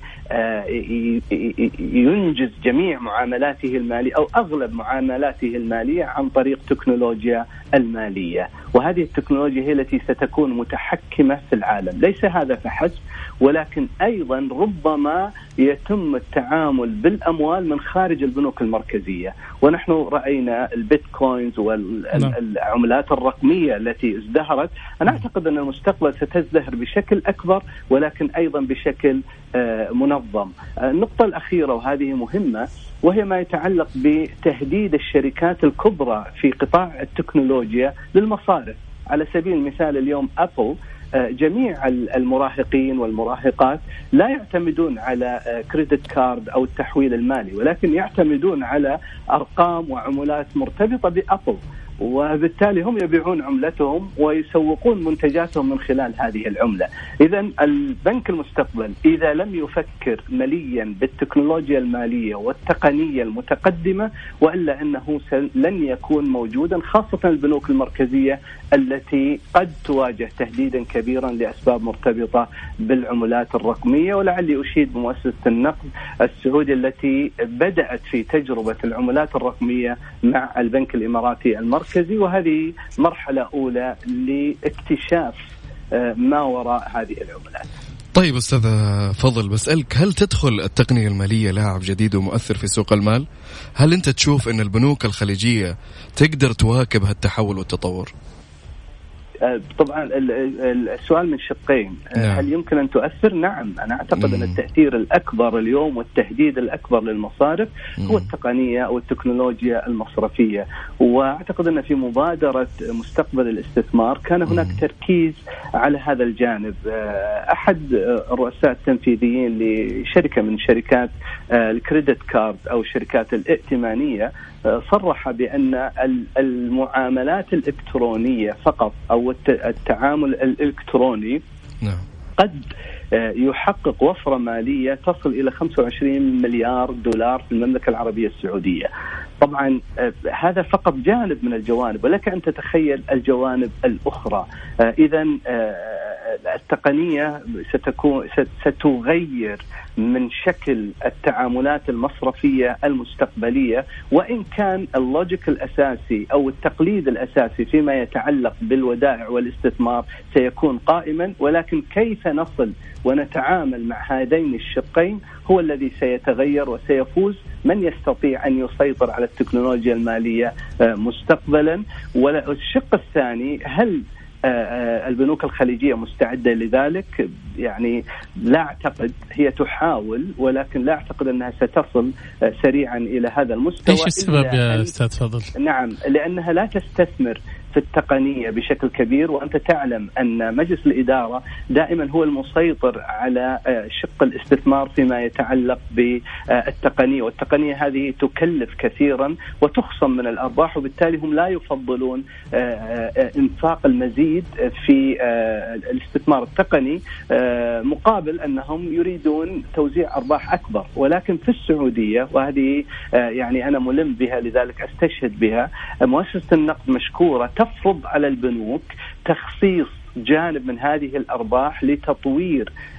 Speaker 6: ينجز جميع معاملاته المالية أو أغلب معاملاته المالية عن طريق تكنولوجيا المالية، وهذه التكنولوجيا هي التي ستكون متحكمة في العالم. ليس هذا فحسب، ولكن أيضا ربما يتم التعامل بالأموال من خارج البنوك المركزية. ونحن رأينا البيتكوينز والعملات الرقمية التي ازدهرت. أنا أعتقد أن المستقبل ستزدهر بشكل أكبر، ولكن أيضا بشكل منظم. النقطة الأخيرة وهذه مهمة، وهي ما يتعلق بتهديد الشركات الكبرى في قطاع التكنولوجيا للمصارف. على سبيل المثال اليوم أبل، جميع المراهقين والمراهقات لا يعتمدون على كريدت كارد أو التحويل المالي، ولكن يعتمدون على أرقام وعملات مرتبطة بأبل، وبالتالي هم يبيعون عملتهم ويسوقون منتجاتهم من خلال هذه العملة. إذن البنك المستقبل إذا لم يفكر مليا بالتكنولوجيا المالية والتقنية المتقدمة، وإلا أنه لن يكون موجودا، خاصة البنوك المركزية التي قد تواجه تهديدا كبيرا لأسباب مرتبطة بالعملات الرقمية. ولعلي أشيد بمؤسسة النقد السعودي التي بدأت في تجربة العملات الرقمية مع البنك الإماراتي المركزي، وهذه مرحلة أولى لاكتشاف ما وراء هذه العملات.
Speaker 3: طيب أستاذ فضل، بسألك، هل تدخل التقنية المالية لاعب جديد ومؤثر في سوق المال؟ هل أنت تشوف أن البنوك الخليجية تقدر تواكب هالتحول والتطور؟
Speaker 6: طبعا السؤال من شقين. نعم. هل يمكن أن تؤثر؟ نعم، أنا أعتقد أن التأثير الأكبر اليوم والتهديد الأكبر للمصارف هو التقنية أو التكنولوجيا المصرفية. وأعتقد أن في مبادرة مستقبل الاستثمار كان هناك تركيز على هذا الجانب. أحد الرؤساء التنفيذيين لشركة من شركات الكريدت كارد أو الشركات الائتمانية صرح بأن المعاملات الإلكترونية فقط أو التعامل الإلكتروني نعم. قد يحقق وفرة مالية تصل إلى خمسة وعشرين مليار دولار في المملكة العربية السعودية. طبعا هذا فقط جانب من الجوانب، ولك أن تتخيل الجوانب الأخرى. إذن التقنية ستكون ستغير من شكل التعاملات المصرفية المستقبلية، وإن كان اللوجيك الأساسي أو التقليد الأساسي فيما يتعلق بالودائع والاستثمار سيكون قائما، ولكن كيف نصل ونتعامل مع هذين الشقين هو الذي سيتغير، وسيفوز من يستطيع أن يسيطر على التكنولوجيا المالية مستقبلا. والشق الثاني، هل البنوك الخليجية مستعدة لذلك؟ يعني لا أعتقد، هي تحاول، ولكن لا أعتقد أنها ستصل سريعا إلى هذا المستوى.
Speaker 2: إيش السبب يا أستاذ فضل؟
Speaker 6: نعم، لأنها لا تستثمر في التقنية بشكل كبير، وأنت تعلم أن مجلس الإدارة دائما هو المسيطر على شق الاستثمار فيما يتعلق بالتقنية، والتقنية هذه تكلف كثيرا وتخصم من الأرباح، وبالتالي هم لا يفضلون إنفاق المزيد في الاستثمار التقني مقابل أنهم يريدون توزيع أرباح أكبر. ولكن في السعودية، وهذه يعني أنا ملم بها لذلك أستشهد بها، مؤسسة النقد مشكورة تفرض على البنوك تخصيص جانب من هذه الأرباح لتطوير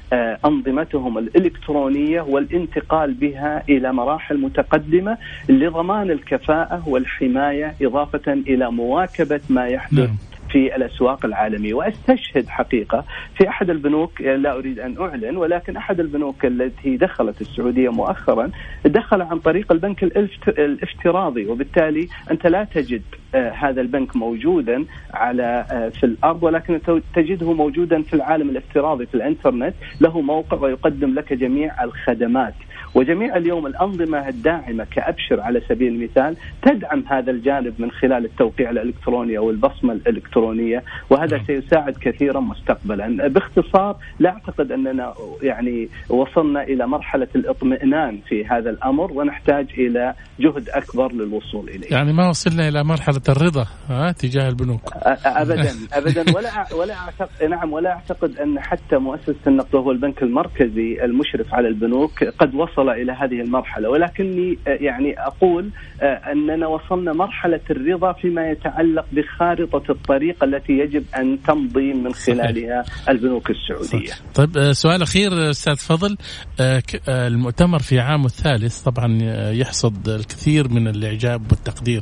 Speaker 6: أنظمتهم الإلكترونية والانتقال بها إلى مراحل متقدمة لضمان الكفاءة والحماية، إضافة إلى مواكبة ما يحدث في الأسواق العالمية. وأستشهد حقيقة في أحد البنوك، لا أريد أن أعلن، ولكن أحد البنوك التي دخلت السعودية مؤخرا دخل عن طريق البنك الافتراضي، وبالتالي أنت لا تجد هذا البنك موجودا على في الأرض، ولكن تجده موجودا في العالم الافتراضي في الإنترنت، له موقع ويقدم لك جميع الخدمات. وجميع اليوم الأنظمة الداعمة كأبشر على سبيل المثال تدعم هذا الجانب من خلال التوقيع الإلكتروني أو البصمة الإلكترونية، وهذا سيساعد كثيرا مستقبلا. باختصار لا أعتقد أننا يعني وصلنا إلى مرحلة الاطمئنان في هذا الأمر، ونحتاج إلى جهد أكبر للوصول إليه.
Speaker 2: يعني ما وصلنا إلى مرحلة الرضا ها تجاه البنوك
Speaker 6: أبدا أبدا ولا ولا أعتقد نعم ولا أعتقد أن حتى مؤسسة النقد وهو البنك المركزي المشرف على البنوك قد وصل إلى هذه المرحلة، ولكني يعني أقول أننا وصلنا مرحلة الرضا فيما يتعلق بخارطة الطريق التي يجب أن تمضي من خلالها البنوك السعودية.
Speaker 2: طيب سؤال أخير أستاذ فضل، المؤتمر في عامه الثالث طبعا يحصد الكثير من الإعجاب والتقدير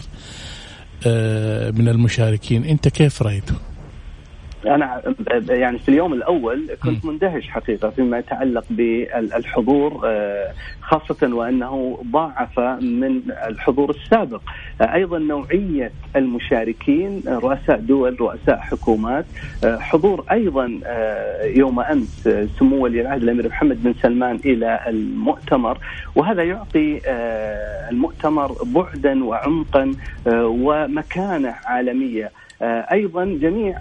Speaker 2: من المشاركين، أنت كيف رأيته؟
Speaker 6: أنا يعني في اليوم الأول كنت مندهش حقيقة فيما يتعلق بالحضور، خاصة وأنه ضاعف من الحضور السابق. أيضا نوعية المشاركين رؤساء دول، رؤساء حكومات، حضور أيضا يوم أمس سمو ولي العهد الأمير محمد بن سلمان إلى المؤتمر، وهذا يعطي المؤتمر بعدا وعمقا ومكانة عالمية. أيضا جميع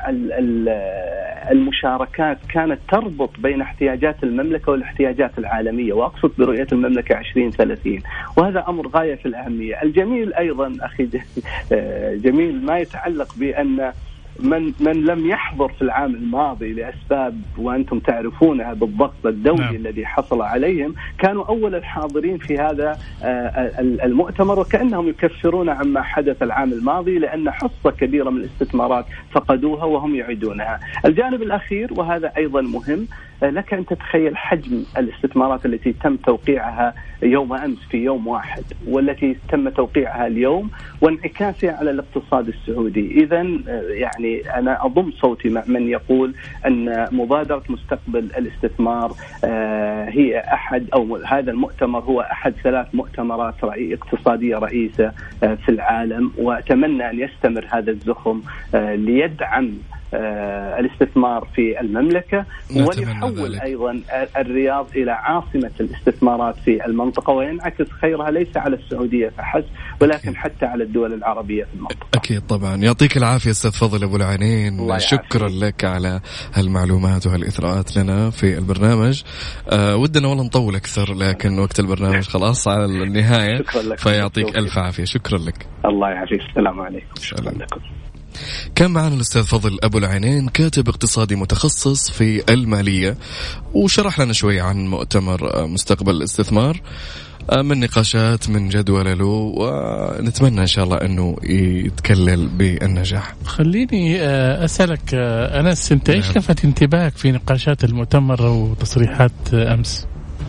Speaker 6: المشاركات كانت تربط بين احتياجات المملكة والاحتياجات العالمية، وأقصد برؤية المملكة عشرين ثلاثين، وهذا أمر غاية في الأهمية. الجميل أيضا أخي جميل ما يتعلق بأن من من لم يحضر في العام الماضي لأسباب وأنتم تعرفونها بالضغط الدولي نعم. الذي حصل عليهم، كانوا أول الحاضرين في هذا المؤتمر، وكأنهم يكفرون عما حدث العام الماضي، لأن حصة كبيرة من الاستثمارات فقدوها وهم يعيدونها. الجانب الأخير وهذا أيضا مهم، لك أن تتخيل حجم الاستثمارات التي تم توقيعها يوم أمس في يوم واحد، والتي تم توقيعها اليوم، وانعكاسها على الاقتصاد السعودي. إذن يعني أنا أضم صوتي مع من يقول أن مبادرة مستقبل الاستثمار هي أحد أو هذا المؤتمر هو أحد ثلاث مؤتمرات اقتصادية رئيسة في العالم، وأتمنى أن يستمر هذا الزخم ليدعم الاستثمار في المملكة، وليحول أيضا الرياض إلى عاصمة الاستثمارات في المنطقة، وينعكس خيرها ليس على السعودية فحسب ولكن أكيد. حتى على الدول العربية في المنطقة.
Speaker 3: أكيد طبعا. يعطيك العافية أستاذ فضل أبو العينين، شكرا لك على هالمعلومات وهالإثراءات لنا في البرنامج. أه ودنا والله نطول أكثر، لكن وقت البرنامج خلاص على النهاية، فيعطيك ألف عافية. شكرا لك.
Speaker 6: الله يعافيك. السلام عليكم. شكرا لكم.
Speaker 3: كان معنا الأستاذ فضل أبو العينين، كاتب اقتصادي متخصص في المالية، وشرح لنا شوي عن مؤتمر مستقبل الاستثمار من نقاشات من جدول له، ونتمنى إن شاء الله أنه يتكلل بالنجاح.
Speaker 2: خليني أسألك أنس، أنت إيش لفت انتباهك في نقاشات المؤتمر وتصريحات أمس؟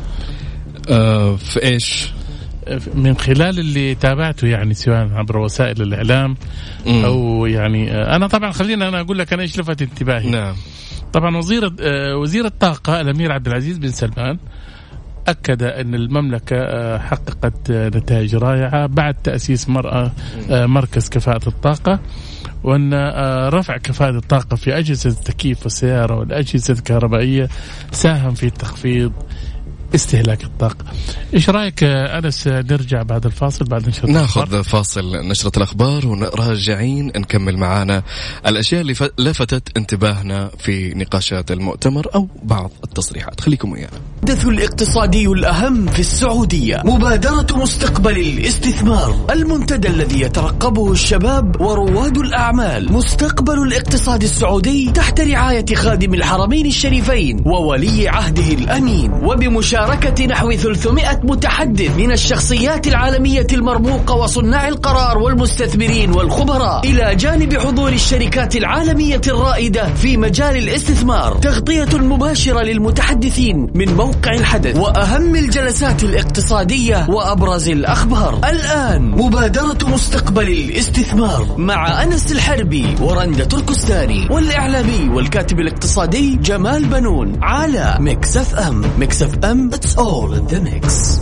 Speaker 3: أه في إيش؟
Speaker 2: من خلال اللي تابعته، يعني سواء عبر وسائل الإعلام مم. أو يعني أنا طبعا خلينا أنا أقول لك أنا إيش لفت انتباهي.
Speaker 3: نعم.
Speaker 2: طبعا وزير وزير الطاقة الأمير عبد العزيز بن سلمان أكد أن المملكة حققت نتائج رائعة بعد تأسيس مرأة مركز كفاءة الطاقة، وأن رفع كفاءة الطاقة في أجهزة التكييف والسيارة والأجهزة الكهربائية ساهم في تخفيض استهلاك الطاقة. إيش رأيك أنس نرجع بعد الفاصل، بعد نشرة
Speaker 3: ناخذ
Speaker 2: الأخبار؟
Speaker 3: فاصل نشرة الأخبار وراجعين نكمل معانا الأشياء اللي لفتت انتباهنا في نقاشات المؤتمر أو بعض التصريحات. خليكم ويانا.
Speaker 1: الحدث الاقتصادي الأهم في السعودية، مبادرة مستقبل الاستثمار، المنتدى الذي يترقبه الشباب ورواد الأعمال. مستقبل الاقتصاد السعودي تحت رعاية خادم الحرمين الشريفين وولي عهده الأمين، وبمشاركة نحو ثلاثمائة متحدث من الشخصيات العالمية المرموقة وصناع القرار والمستثمرين والخبراء، إلى جانب حضور الشركات العالمية الرائدة في مجال الاستثمار. تغطية مباشرة للمتحدثين من موقع الحدث وأهم الجلسات الاقتصادية وأبرز الأخبار. الآن مبادرة مستقبل الاستثمار مع أنس الحربي ورندا تركستاني، والإعلامي والكاتب الاقتصادي جمال بنون، على ميكس اف ام. ميكس اف ام it's all in the mix.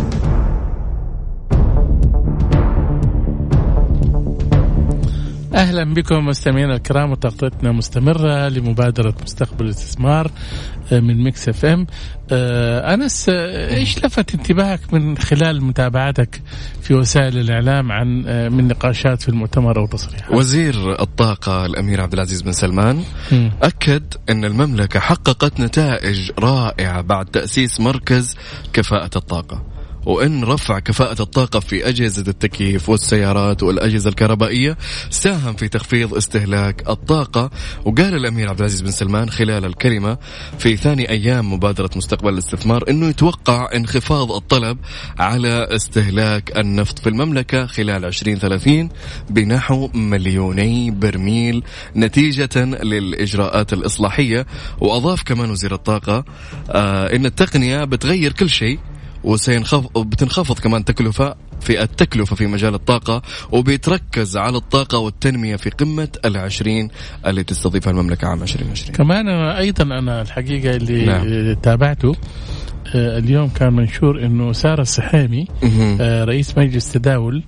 Speaker 2: أهلا بكم مستمعينا الكرام، وتغطيتنا مستمرة لمبادرة مستقبل الاستثمار من ميكس اف ام. أنس، إيش لفت انتباهك من خلال متابعتك في وسائل الإعلام عن من نقاشات في المؤتمر أو تصريحات؟
Speaker 3: وزير الطاقة الأمير عبد العزيز بن سلمان م. أكد أن المملكة حققت نتائج رائعة بعد تأسيس مركز كفاءة الطاقة، وإن رفع كفاءة الطاقة في أجهزة التكييف والسيارات والأجهزة الكهربائية ساهم في تخفيض استهلاك الطاقة. وقال الأمير عبد العزيز بن سلمان خلال الكلمة في ثاني أيام مبادرة مستقبل الاستثمار أنه يتوقع انخفاض الطلب على استهلاك النفط في المملكة خلال عشرين ثلاثين بنحو مليوني برميل نتيجة للإجراءات الإصلاحية. وأضاف كمان وزير الطاقة آه إن التقنية بتغير كل شيء، وبتنخفض كمان تكلفة في التكلفة في مجال الطاقة، وبيتركز على الطاقة والتنمية في قمة العشرين اللي تستضيفها المملكة عام عشرين عشرين.
Speaker 2: كمان أنا أيضا أنا الحقيقة اللي
Speaker 3: نعم.
Speaker 2: تابعته اليوم كان منشور إنه سارة السحامي رئيس مجلس تداول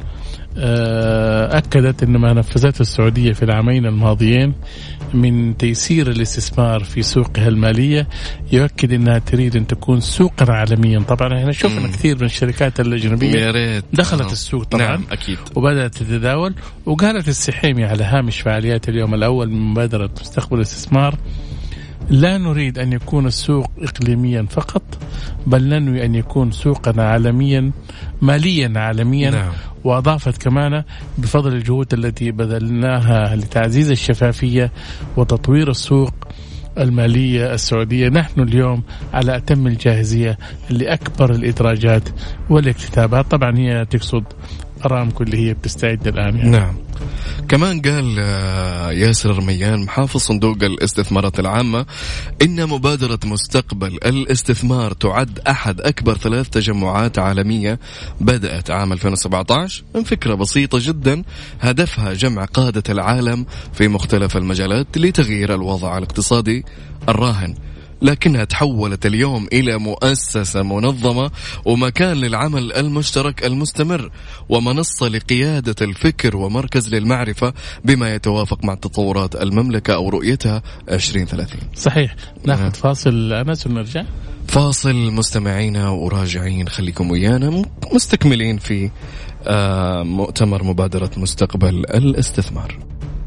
Speaker 2: أكدت أن ما نفذته السعودية في العامين الماضيين من تيسير الاستثمار في سوقها المالية يؤكد أنها تريد أن تكون سوقا عالميا. طبعا احنا شفنا كثير من الشركات الأجنبية دخلت السوق طبعا
Speaker 3: نعم أكيد.
Speaker 2: وبدأت تتداول. وقالت السحيمي على هامش فعاليات اليوم الأول من مبادرة مستقبل الاستثمار: لا نريد أن يكون السوق إقليميا فقط، بل ننوي أن يكون سوقنا عالميا ماليا عالميا. نعم. وأضافت كمان: بفضل الجهود التي بذلناها لتعزيز الشفافية وتطوير السوق المالية السعودية، نحن اليوم على أتم الجاهزية لأكبر الإدراجات والاكتتابات. طبعا هي تقصد أرامكو اللي هي بتستعد الآن يعني.
Speaker 3: نعم. كمان قال ياسر رميان محافظ صندوق الاستثمارات العامة إن مبادرة مستقبل الاستثمار تعد أحد أكبر ثلاث تجمعات عالمية بدأت عام ألفين وسبعة عشر من فكرة بسيطة جدا هدفها جمع قادة العالم في مختلف المجالات لتغيير الوضع الاقتصادي الراهن، لكنها تحولت اليوم إلى مؤسسة منظمة ومكان للعمل المشترك المستمر ومنصة لقيادة الفكر ومركز للمعرفة بما يتوافق مع تطورات المملكة أو رؤيتها عشرين ثلاثين.
Speaker 2: صحيح. ناخذ فاصل أنس ونرجع.
Speaker 3: فاصل مستمعينا وراجعين، خليكم ويانا مستكملين في مؤتمر مبادرة مستقبل الاستثمار.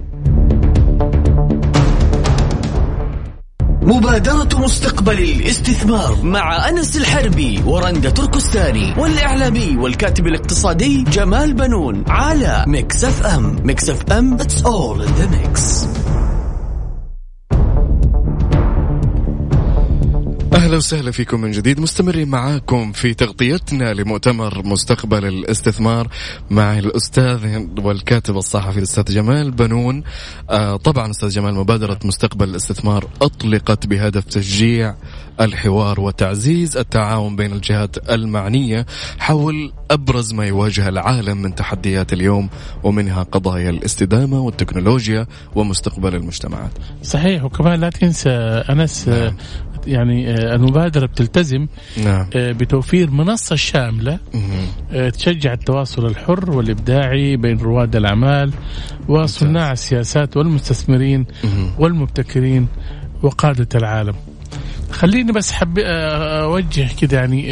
Speaker 1: مبادرة مستقبل الاستثمار مع أنس الحربي ورندا تركستاني، والإعلامي والكاتب الاقتصادي جمال بنون، على ميكس اف ام. ميكس اف ام it's all in the mix.
Speaker 3: أهلا وسهلا فيكم من جديد، مستمرين معاكم في تغطيتنا لمؤتمر مستقبل الاستثمار مع الأستاذ والكاتب الصحفي الأستاذ جمال بنون. آه طبعا أستاذ جمال، مبادرة مستقبل الاستثمار أطلقت بهدف تشجيع الحوار وتعزيز التعاون بين الجهات المعنية حول أبرز ما يواجه العالم من تحديات اليوم، ومنها قضايا الاستدامة والتكنولوجيا ومستقبل المجتمعات.
Speaker 2: صحيح. وكمان لا تنسى أنس نعم. يعني المبادرة بتلتزم نعم. بتوفير منصة شاملة تشجع التواصل الحر والإبداعي بين رواد الأعمال وصناع السياسات والمستثمرين والمبتكرين وقادة العالم. خليني بس حب أوجه كده يعني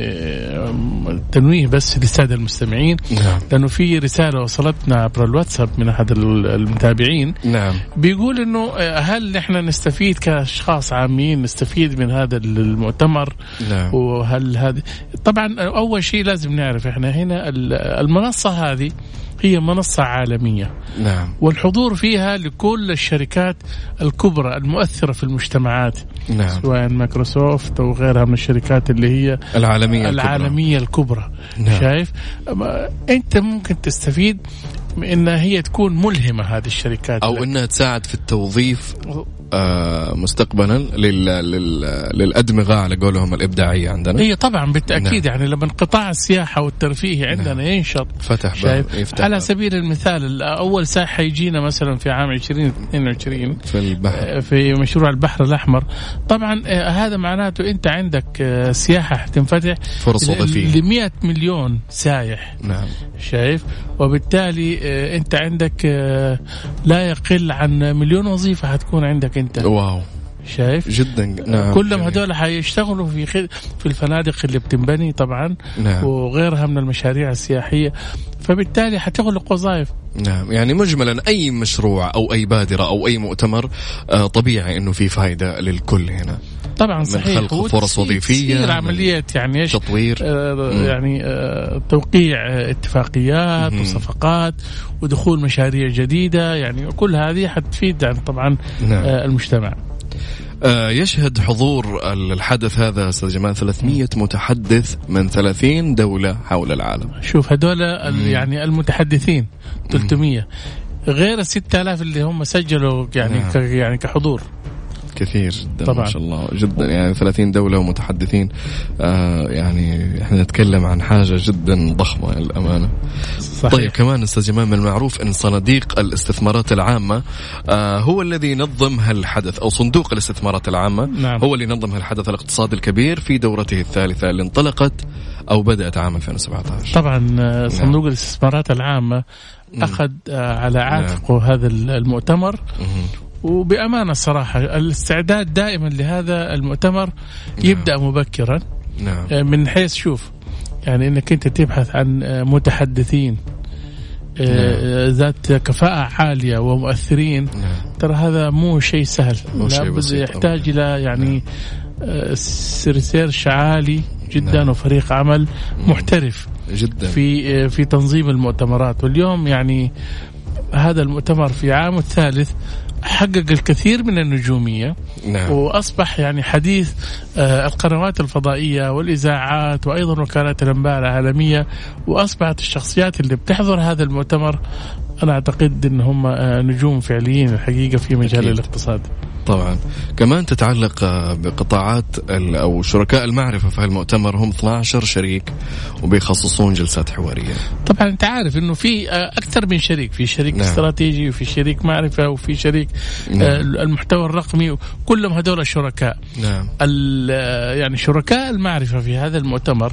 Speaker 2: تنويه بس للسادة المستمعين.
Speaker 3: نعم.
Speaker 2: لأنه في رسالة وصلتنا عبر الواتساب من أحد المتابعين.
Speaker 3: نعم.
Speaker 2: بيقول إنه هل نحن نستفيد كأشخاص عامين نستفيد من هذا المؤتمر؟
Speaker 3: نعم.
Speaker 2: وهل هذا طبعا أول شيء لازم نعرف إحنا هنا المنصة هذه هي منصة عالمية.
Speaker 3: نعم.
Speaker 2: والحضور فيها لكل الشركات الكبرى المؤثرة في المجتمعات.
Speaker 3: نعم.
Speaker 2: سواء مايكروسوفت أو غيرها من الشركات اللي هي
Speaker 3: العالمية
Speaker 2: العالمية الكبرى, الكبرى.
Speaker 3: نعم.
Speaker 2: شايف أنت ممكن تستفيد إنها هي تكون ملهمة هذه الشركات
Speaker 3: أو
Speaker 2: لك.
Speaker 3: إنها تساعد في التوظيف آه مستقبلا لل... لل... للأدمغة على قولهم الإبداعية عندنا.
Speaker 2: هي طبعا بالتأكيد. نعم. يعني لما قطاع السياحة والترفيه عندنا
Speaker 3: نعم.
Speaker 2: ينشط
Speaker 3: فتح
Speaker 2: يفتح على سبيل المثال أول ساحة يجينا مثلا في عام عشرين اثنين وعشرين
Speaker 3: في البحر
Speaker 2: في مشروع البحر الأحمر. طبعا هذا معناته أنت عندك سياحة حتنفتح
Speaker 3: فرص وظيفية
Speaker 2: لمئة مليون سايح.
Speaker 3: نعم.
Speaker 2: شايف وبالتالي أنت عندك لا يقل عن مليون وظيفة هتكون عندك أنت.
Speaker 3: واو
Speaker 2: شايف
Speaker 3: جدا. نعم.
Speaker 2: كلهم هذول حيشتغلوا في خد... في الفنادق اللي بتنبني طبعا.
Speaker 3: نعم.
Speaker 2: وغيرها من المشاريع السياحية فبالتالي حتخلق وظائف.
Speaker 3: نعم. يعني مجملا أي مشروع أو أي بادرة أو أي مؤتمر آه طبيعي إنه في فائدة للكل هنا
Speaker 2: طبعا. صحيح.
Speaker 3: من خلق فرص وظيفية
Speaker 2: عملية يعني إيش
Speaker 3: تطوير
Speaker 2: آه يعني آه توقيع اتفاقيات مم. وصفقات ودخول مشاريع جديدة يعني كل هذه حتفيد يعني طبعا.
Speaker 3: نعم.
Speaker 2: آه المجتمع.
Speaker 3: يشهد حضور الحدث هذا أستاذ جمال ثلاثمية متحدث من ثلاثين دولة حول العالم.
Speaker 2: شوف هدول يعني المتحدثين ثلاثمية غير الستة آلاف اللي هم سجلوا يعني نعم. يعني كحضور
Speaker 3: كثير جدا
Speaker 2: طبعا.
Speaker 3: ما شاء الله جدا يعني ثلاثين دولة ومتحدثين. آه يعني احنا نتكلم عن حاجة جدا ضخمة الأمانة. صحيح. طيب كمان أستاذ جمال من المعروف أن صناديق الاستثمارات العامة آه هو الذي ينظم هالحدث أو صندوق الاستثمارات العامة.
Speaker 2: نعم.
Speaker 3: هو اللي ينظم هالحدث الاقتصادي الكبير في دورته الثالثة اللي انطلقت أو بدأت عام ألفين وسبعة عشر.
Speaker 2: طبعا صندوق نعم. الاستثمارات العامة أخذ على عاتقه نعم. هذا المؤتمر. مم. وبأمانة صراحة الاستعداد دائما لهذا المؤتمر يبدأ مبكرا.
Speaker 3: نعم.
Speaker 2: من حيث شوف يعني انك انت تبحث عن متحدثين نعم. ذات كفاءة عالية ومؤثرين.
Speaker 3: نعم.
Speaker 2: ترى هذا مو شيء سهل لابد يحتاج إلى يعني نعم. سيرش عالي جدا. نعم. وفريق عمل محترف
Speaker 3: جدا
Speaker 2: في في تنظيم المؤتمرات. واليوم يعني هذا المؤتمر في عامه الثالث حقق الكثير من النجومية.
Speaker 3: نعم.
Speaker 2: وأصبح يعني حديث آه القنوات الفضائية والإذاعات وأيضا وكالات الأنباء العالمية. وأصبحت الشخصيات اللي بتحضر هذا المؤتمر أنا أعتقد أن هم آه نجوم فعليين الحقيقة في مجال أكيد. الاقتصاد.
Speaker 3: طبعا كمان تتعلق بقطاعات أو شركاء المعرفة في المؤتمر هم اثنا عشر شريك وبيخصصون جلسات حوارية.
Speaker 2: طبعا أنت عارف أنه في أكثر من شريك في شريك نعم. استراتيجي وفي شريك معرفة وفي شريك نعم. المحتوى الرقمي كلهم هذول الشركاء.
Speaker 3: نعم.
Speaker 2: يعني شركاء المعرفة في هذا المؤتمر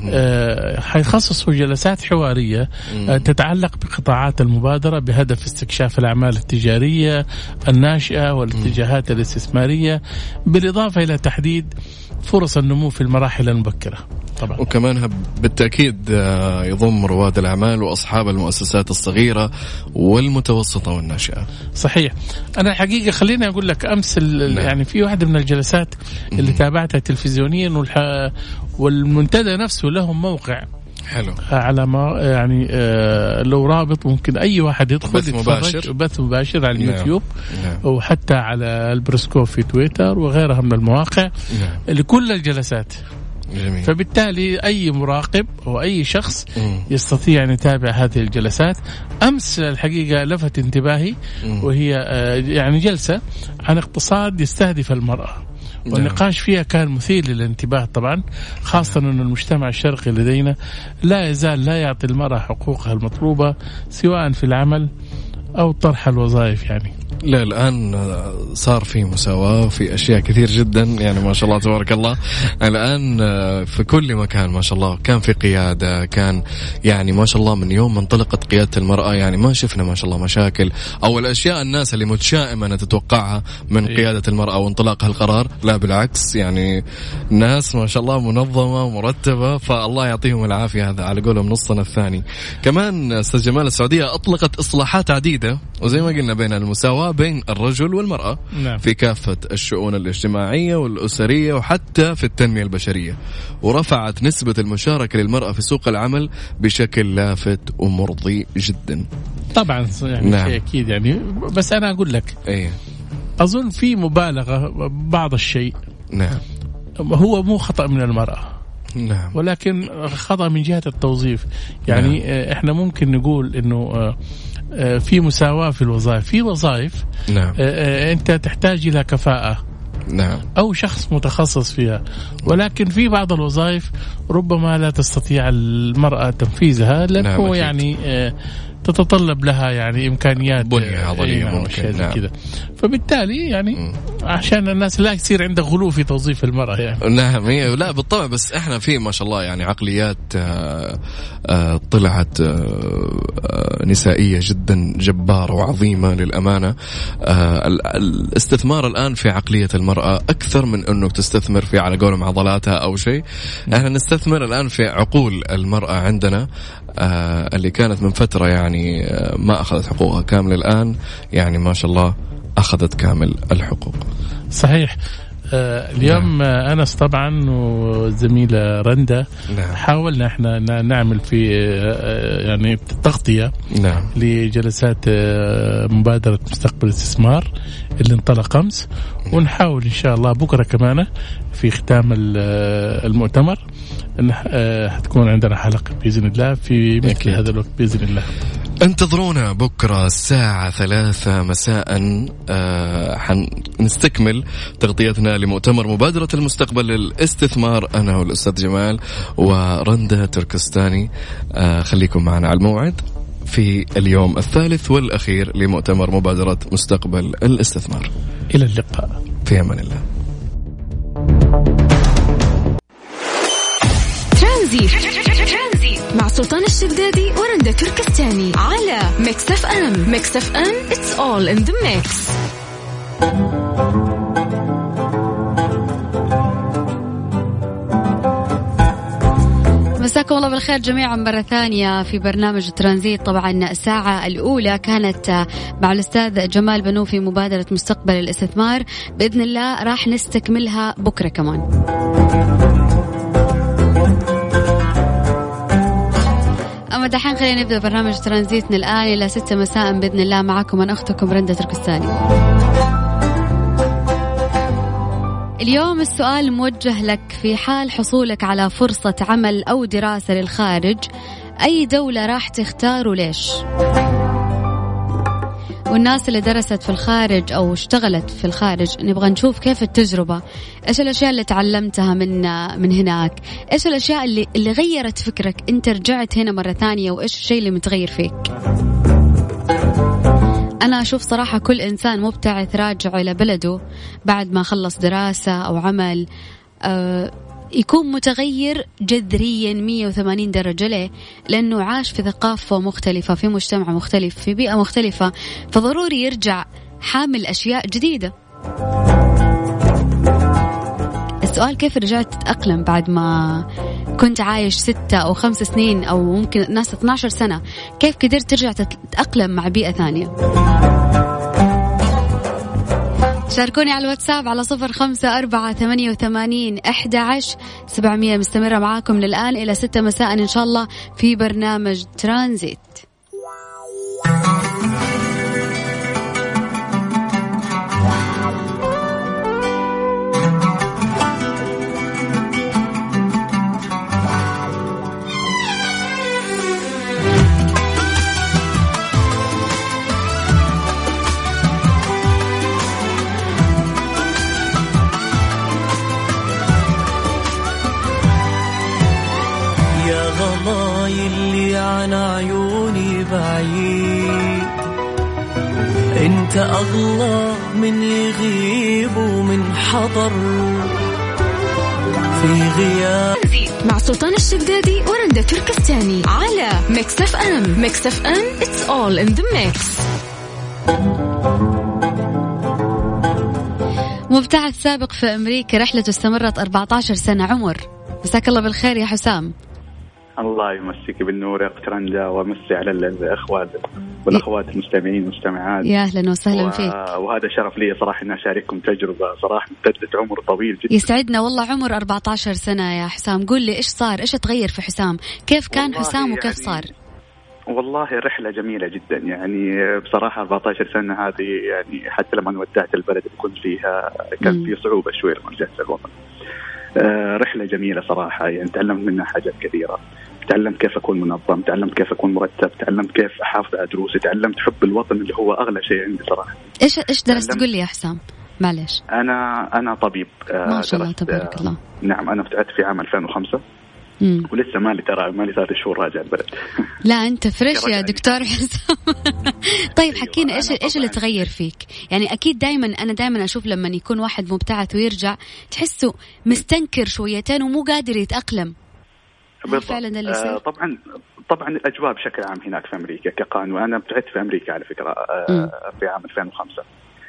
Speaker 2: حيخصصوا جلسات حوارية مم. تتعلق بقطاعات المبادرة بهدف استكشاف الأعمال التجارية الناشئة والاتجاهات الاستثمارية بالإضافة إلى تحديد فرص النمو في المراحل المبكرة. طبعا.
Speaker 3: وكمان بالتأكيد يضم رواد الأعمال وأصحاب المؤسسات الصغيرة والمتوسطة والناشئة.
Speaker 2: صحيح. أنا الحقيقة خليني أقول لك أمس يعني في واحدة من الجلسات اللي م- تابعتها تلفزيونيا والح... والمنتدى نفسه لهم موقع
Speaker 3: حلو
Speaker 2: على ما يعني آه لو رابط ممكن أي واحد يدخل
Speaker 3: بث مباشر
Speaker 2: بث مباشر على اليوتيوب.
Speaker 3: نعم.
Speaker 2: وحتى على البرسكوب في تويتر وغيرها من المواقع.
Speaker 3: نعم.
Speaker 2: لكل الجلسات.
Speaker 3: جميل.
Speaker 2: فبالتالي أي مراقب أو أي شخص
Speaker 3: مم.
Speaker 2: يستطيع أن يتابع هذه الجلسات. أمس الحقيقة لفت انتباهي
Speaker 3: مم.
Speaker 2: وهي آه يعني جلسة عن اقتصاد يستهدف المرأة. والنقاش فيها كان مثير للانتباه طبعا خاصة أن المجتمع الشرقي لدينا لا يزال لا يعطي المرأة حقوقها المطلوبة سواء في العمل أو طرح الوظائف يعني.
Speaker 3: لا الآن صار في مساواة في أشياء كثير جدا يعني ما شاء الله تبارك الله. الآن في كل مكان ما شاء الله كان في قيادة، كان يعني ما شاء الله من يوم انطلقت قيادة المرأة يعني ما شفنا ما شاء الله مشاكل أو الأشياء الناس اللي متشائمة أن تتوقعها من قيادة المرأة وانطلاق هالقرار. لا بالعكس يعني ناس ما شاء الله منظمة ومرتبة، فالله يعطيهم العافية. هذا على قولهم نصنا الثاني. كمان أستاذ جمال السعودية أطلقت إصلاحات عديدة وزي ما قلنا بين المساواة بين الرجل والمرأة نعم. في كافة الشؤون الاجتماعية والأسرية وحتى في التنمية البشرية، ورفعت نسبة المشاركة للمرأة في سوق العمل بشكل لافت ومرضي جدا.
Speaker 2: طبعا يعني نعم. شيء أكيد يعني، بس أنا أقول لك
Speaker 3: أيه.
Speaker 2: أظن في مبالغة بعض الشيء
Speaker 3: نعم.
Speaker 2: هو مو خطأ من المرأة
Speaker 3: نعم.
Speaker 2: ولكن خطأ من جهة التوظيف يعني نعم. إحنا ممكن نقول إنه في مساواة في الوظائف، في وظائف
Speaker 3: نعم.
Speaker 2: أنت تحتاج إلى كفاءة
Speaker 3: نعم.
Speaker 2: أو شخص متخصص فيها، ولكن في بعض الوظائف ربما لا تستطيع المرأة تنفيذها لأنه نعم يعني تتطلب لها يعني إمكانيات
Speaker 3: بنية عضلية ممكن نعم.
Speaker 2: كده. فبالتالي يعني م. عشان الناس لا يصير عنده غلو في توظيف المرأة يعني.
Speaker 3: نعم لا بالطبع، بس احنا في ما شاء الله يعني عقليات آآ آآ طلعت آآ نسائية جدا جبارة وعظيمة للأمانة. الاستثمار الآن في عقلية المرأة أكثر من أنه تستثمر في على قولهم عضلاتها أو شيء. احنا نستثمر الآن في عقول المرأة عندنا آه اللي كانت من فترة يعني آه ما أخذت حقوقها كامل، الآن يعني ما شاء الله أخذت كامل الحقوق.
Speaker 2: صحيح. آه اليوم نعم. آه أنس طبعا وزميلة رندا نعم. حاولنا احنا نعمل في آه يعني تغطية
Speaker 3: نعم.
Speaker 2: لجلسات آه مبادرة مستقبل الاستثمار اللي انطلق أمس، ونحاول إن شاء الله بكرة كمان في ختام المؤتمر أن هتكون عندنا حلقة بإذن الله في مثل هذا الوقت بإذن الله.
Speaker 3: انتظرونا بكرة الساعة ثلاثة مساء آه حنستكمل تغطيتنا لمؤتمر مبادرة المستقبل للاستثمار أنا والأستاذ جمال ورندا تركستاني. آه خليكم معنا على الموعد في اليوم الثالث والأخير لمؤتمر مبادرة مستقبل الاستثمار.
Speaker 2: إلى اللقاء
Speaker 3: في أمان الله.
Speaker 7: ترانزيت مع سلطان الشدادي ورندا تركستاني على ميكس اف ام. ميكس اف ام it's all in the mix.
Speaker 4: مساكم الله بالخير جميعا مرة ثانية في برنامج ترانزيت. طبعا الساعة الأولى كانت مع الأستاذ جمال بنو في مبادرة مستقبل الاستثمار، بإذن الله راح نستكملها بكرة كمان. أما دحين خلينا نبدأ برنامج ترانزيتنا الآن إلى ستة مساء بإذن الله. معكم أنا أختكم رندا تركستاني. اليوم السؤال موجه لك: في حال حصولك على فرصة عمل أو دراسة للخارج، أي دولة راح تختار وليش؟ والناس اللي درست في الخارج أو اشتغلت في الخارج نبغى نشوف كيف التجربة، إيش الأشياء اللي تعلمتها من من هناك، إيش الأشياء اللي اللي غيرت فكرك أنت رجعت هنا مرة ثانية، وإيش الشيء اللي متغير فيك. أنا أشوف صراحة كل إنسان مبتعث راجع إلى بلده بعد ما خلص دراسة أو عمل آه يكون متغير جذريا مية وثمانين درجة. ليه؟ لأنه عاش في ثقافة مختلفة، في مجتمع مختلف، في بيئة مختلفة، فضروري يرجع حامل أشياء جديدة. السؤال كيف رجعت تتأقلم بعد ما كنت عايش ستة أو خمس سنين أو ممكن ناس اثنتي عشرة سنة، كيف قدرت ترجع تتأقلم مع بيئة ثانية؟ شاركوني على الواتساب على صفر خمسة أربعة ثمانية وثمانين أحد عشر سبعمية. مستمرة معاكم للآن إلى ستة مساء إن شاء الله في برنامج ترانزيت.
Speaker 8: عن عيوني انت اغلى من يغيب ومن حضر في غياب.
Speaker 7: مع سلطان الشدادي ورندا تركستاني على ميكس اف ام. ميكس اف ام it's all in the mix.
Speaker 4: مبتعث سابق في أمريكا رحلته استمرت أربعة عشر سنة. عمر، مساك الله بالخير يا حسام.
Speaker 9: الله يمسيك بالنور يا أخت رندا، ومسي على الأخوات والأخوات المستمعين والمستمعات.
Speaker 4: يا أهلا وسهلا و... فيك.
Speaker 9: وهذا شرف لي صراحة أن أشارككم تجربة صراحة امتدت عمر طويل جدا.
Speaker 4: يسعدنا والله. عمر أربعة عشر سنة يا حسام، قل لي إيش صار، إيش تغير في حسام، كيف كان حسام وكيف
Speaker 9: يعني
Speaker 4: صار؟
Speaker 9: والله رحلة جميلة جدا يعني بصراحة. أربعة عشر سنة هذه يعني حتى لما ودعت البلد اللي كنت فيها كان في صعوبة شوي لما رجعت الوطن. آه رحلة جميلة صراحة يعني تعلمت منها حاجات كثيرة. تعلمت كيف أكون منظم، تعلمت كيف أكون مرتب، تعلمت كيف أحافظ على دروسي، تعلمت حب الوطن اللي هو أغلى شيء عندي صراحة.
Speaker 4: إيش إيش درست قل لي يا حسام؟ معلش.
Speaker 9: أنا أنا طبيب. آه
Speaker 4: ما شاء الله تبارك الله.
Speaker 9: نعم أنا ابتعدت في عام ألفين وخمسة. مم. ولسه مالي ترى مالي ثلاث شهور راجع البلد.
Speaker 4: لا أنت فريش يا دكتور حسام. طيب حكينا إيش إيش اللي تغير فيك؟ يعني أكيد دائما أنا دائما أشوف لما يكون واحد مبتعث ويرجع تحسه مستنكر شويتين ومو قادر يتأقلم. فعلا اللي
Speaker 9: آه طبعا طبعا الأجواء بشكل عام هناك في أمريكا كقانون. أنا ابتعدت في أمريكا على فكرة آه في عام ألفين وخمسة.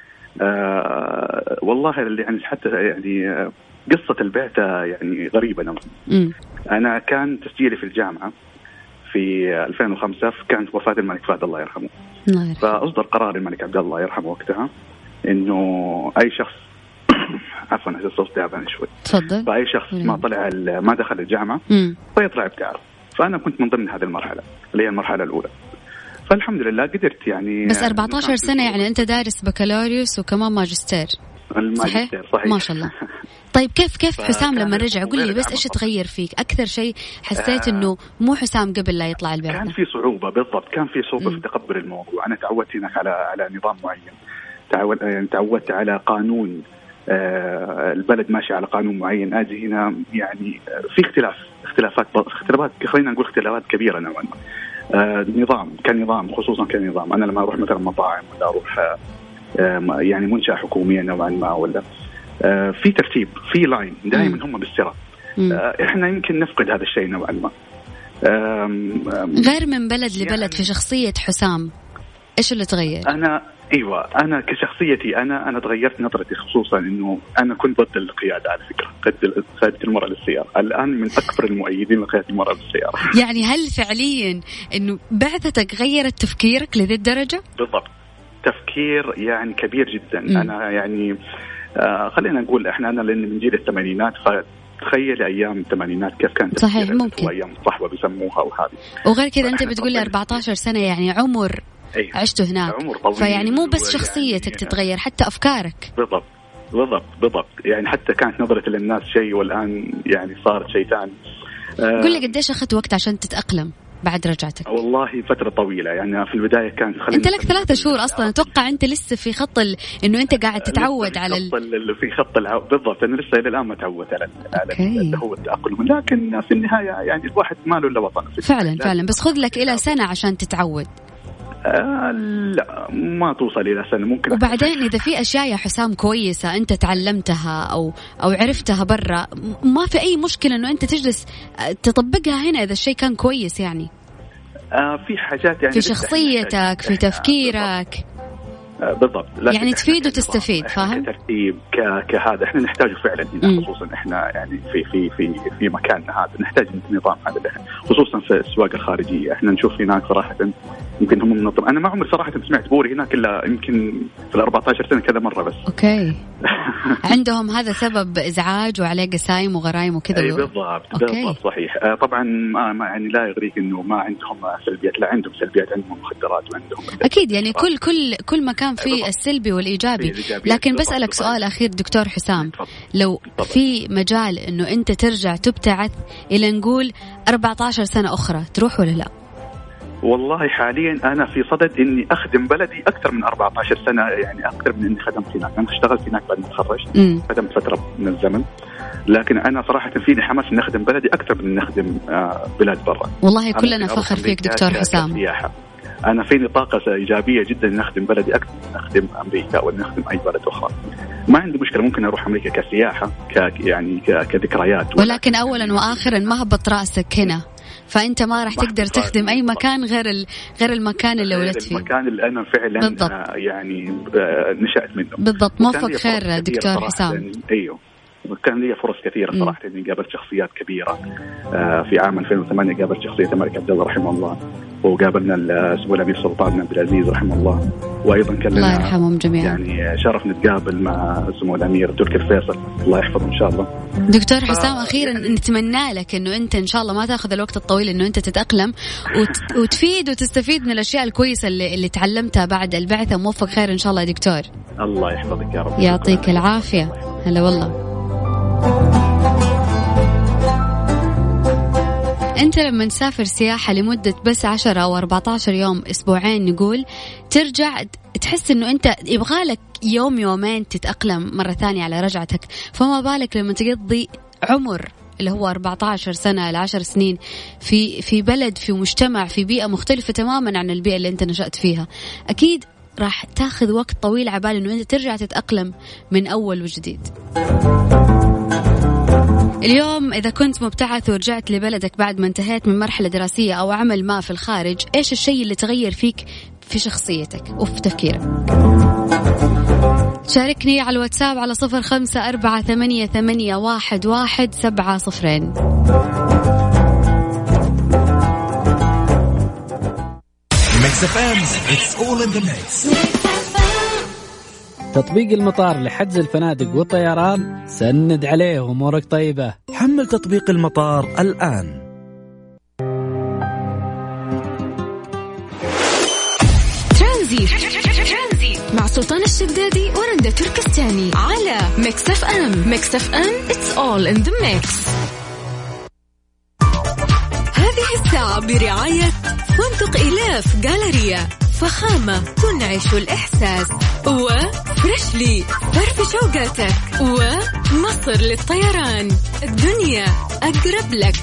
Speaker 9: آه والله اللي يعني حتى يعني آه قصة البعثة يعني غريبة نوعا. أنا كان تسجيلي في الجامعة في ألفين وخمسة كانت وفاة الملك فهد الله يرحمه. فأصدر قرار الملك عبد الله يرحمه وقتها إنه أي شخص عفوا هذا الصوت تعبان شوي.
Speaker 4: تفضل.
Speaker 9: فأي شخص ما طلع ما دخل الجامعة فيطلع ابتعاث. فأنا كنت من ضمن هذه المرحلة اللي هي المرحلة الأولى. فالحمد لله قدرت يعني.
Speaker 4: بس أربعة عشر سنة يعني أنت دارس بكالوريوس وكمان ماجستير.
Speaker 9: صحيح؟
Speaker 4: صحيح ما شاء الله. طيب كيف كيف حسام لما رجع قل لي بس إيش تغير فيك أكثر شيء حسيت إنه مو حسام قبل لا يطلع البعثة؟
Speaker 9: كان في صعوبة بالضبط. كان في صعوبة م. في تقبل الموضوع. أنا تعودت هناك على على نظام معين. تعودت يعني تعودت على قانون. آه البلد ماشي على قانون معين. أجي هنا يعني في اختلاف اختلافات اختلافات خلينا نقول اختلافات كبيرة نوعا ما. آه نظام كنظام خصوصا كنظام. أنا لما أروح مثلا مطاعم ولا أروح آه يعني منشأة حكومية نوعا ما ولا آه في ترتيب في لاين دائما هم بالسرعة. آه إحنا يمكن نفقد هذا الشيء نوعا ما.
Speaker 4: آه غير من بلد لبلد يعني في شخصية حسام إيش اللي تغير؟
Speaker 9: أنا ايوه انا كشخصيتي انا انا تغيرت نظرتي خصوصا انه انا كنت ضد القياده على فكره. قد قياده المراه للسياره الان من اكبر المؤيدين لقياده المراه بالسياره.
Speaker 4: يعني هل فعليا انه بعثتك غيرت تفكيرك لذي الدرجه؟
Speaker 9: بالضبط. تفكير يعني كبير جدا. م. انا يعني آه خلينا نقول احنا انا لان من جيل الثمانينات فتخيل ايام الثمانينات كيف كانت.
Speaker 4: صحيح ممكن.
Speaker 9: وايام الصحوه بيسموها وهذه.
Speaker 4: وغير كذا انت بتقول لي أربعة عشر سنه يعني عمر
Speaker 9: أيه.
Speaker 4: عشته هناك فيعني مو بس شخصيتك يعني تتغير حتى أفكارك.
Speaker 9: بالضبط بالضبط بالضبط يعني حتى كانت نظرة للناس شيء والآن يعني صارت شيء ثاني.
Speaker 4: آه قل لي قديش أخذت وقت عشان تتأقلم بعد رجعتك؟
Speaker 9: والله فترة طويلة يعني في البداية كانت
Speaker 4: أنت لك ثلاثة شهور أصلا. أتوقع أنت لسه في خط ال... إنه أنت قاعد تتعود على
Speaker 9: ال... اللي في خط العو... بالضبط. أنا لسه إلى الآن ما تعودت على على اللي هو التأقلم. لكن في النهاية يعني الواحد ما له إلا وطن.
Speaker 4: فعلا فعلا بس خذ لك إلى سنة عشان تتعود.
Speaker 9: آه لا ما توصل إلى سنة ممكن.
Speaker 4: وبعدين إذا في أشياء يا حسام كويسة أنت تعلمتها أو أو عرفتها برا ما في أي مشكلة إنه أنت تجلس تطبقها هنا إذا الشيء كان كويس يعني.
Speaker 9: آه في حاجات يعني
Speaker 4: في شخصيتك في تفكيرك.
Speaker 9: آه بالضبط.
Speaker 4: يعني تفيد وتستفيد فاهم.
Speaker 9: كترتيب كهذا إحنا نحتاجه فعلا هنا خصوصا إحنا يعني في في في في مكاننا هذا نحتاج نظام هذا خصوصا في الأسواق الخارجية. إحنا نشوف هناك صراحة يمكن هم منظم. أنا ما عمري صراحة سمعت بوري هناك إلا يمكن في الأربعة عشر سنة كذا مرة بس.
Speaker 4: أوكي. عندهم هذا سبب إزعاج وعليه قسايم وغرايم وكذا.
Speaker 9: أي بالضبط بالضبط صحيح. آه طبعا ما, ما يعني لا يغريك إنه ما عندهم سلبيات. لا عندهم سلبيات. عندهم مخدرات وعندهم
Speaker 4: أكيد يعني كل كل كل مكان فيه السلبي والإيجابي. لكن بسألك سؤال أخير دكتور حسام لو في مجال إنه أنت ترجع تبتعث إلى نقول أربعة عشر سنة أخرى تروح ولا لا؟
Speaker 9: والله حاليا أنا في صدد إني أخدم بلدي أكثر من أربعة عشر سنة يعني أكثر من إني خدمت هناك. أنا اشتغلت هناك بعد ما تخرجت خدمت فترة من الزمن. لكن أنا صراحة فيني حماس إني أخدم بلدي أكثر من إني أخدم بلاد برا.
Speaker 4: والله كلنا فخر فيك دكتور حسام.
Speaker 9: أنا فيني طاقة إيجابية جدا إن أخدم بلدي أكثر من أخدم أمريكا أو إن أخدم أي بلد أخرى. ما عندي مشكلة، ممكن أروح أمريكا كسياحة ك يعني ك... كذكريات،
Speaker 4: ولكن أولا وآخرا ما هبط رأسك هنا، فأنت ما راح تقدر تخدم أي مكان غير ال... غير المكان اللي ولدت فيه،
Speaker 9: المكان اللي أنا فعلا بالضبط. يعني نشأت منه
Speaker 4: بالضبط. موفق خير دكتور حسام.
Speaker 9: أيوه، وكان لي فرص كثيرة صراحة إني قابلت شخصيات كبيرة. في عام ألفين وثمانية قابلت شخصية الملك عبد الله رحمه الله، وقابلنا السمو الأمير سلطان بن عبد العزيز رحمه الله، وأيضا كان
Speaker 4: الله يرحمهم جميعا
Speaker 9: يعني شرف نتقابل مع سمو الأمير تركي الفيصل الله يحفظه إن شاء الله.
Speaker 4: دكتور حسام أخيرا نتمنى لك إنه أنت إن شاء الله ما تأخذ الوقت الطويل إنه أنت تتأقلم وت... وتفيد وتستفيد من الأشياء الكويسة اللي, اللي تعلمتها بعد البعثة. موفق خير إن شاء الله يا دكتور.
Speaker 9: الله يحفظك يا رب.
Speaker 4: يعطيك العافية. هلا والله. أنت لما تسافر سياحة لمدة بس عشرة أو أربعة عشر يوم، أسبوعين نقول، ترجع تحس إنه أنت يبغالك يوم يومين تتأقلم مرة ثانية على رجعتك، فما بالك لما تقضي عمر اللي هو أربعة عشر سنة لعشر سنين في في بلد، في مجتمع، في بيئة مختلفة تماما عن البيئة اللي أنت نشأت فيها. أكيد راح تاخذ وقت طويل عبال إنه أنت ترجع تتأقلم من أول وجديد. اليوم إذا كنت مبتعث ورجعت لبلدك بعد ما انتهيت من مرحلة دراسية أو عمل ما في الخارج، إيش الشيء اللي تغير فيك في شخصيتك وفي تفكيرك؟ شاركني على الواتساب على صفر خمسة أربعة ثمانية ثمانية واحد واحد سبعة صفرين.
Speaker 10: تطبيق المطار لحجز الفنادق والطيران، سند عليه أمورك طيبة.
Speaker 11: حمل تطبيق المطار الآن.
Speaker 7: ترانزيت مع سلطان الشدادي ورندا تركستاني على ميكس اف ام. ميكس اف ام it's all in the mix. هذه الساعة برعاية فندق إلاف جالريا، فخامة تنعش الإحساس، وفريشلي فرف شوقاتك، ومصر للطيران، الدنيا أقرب لك.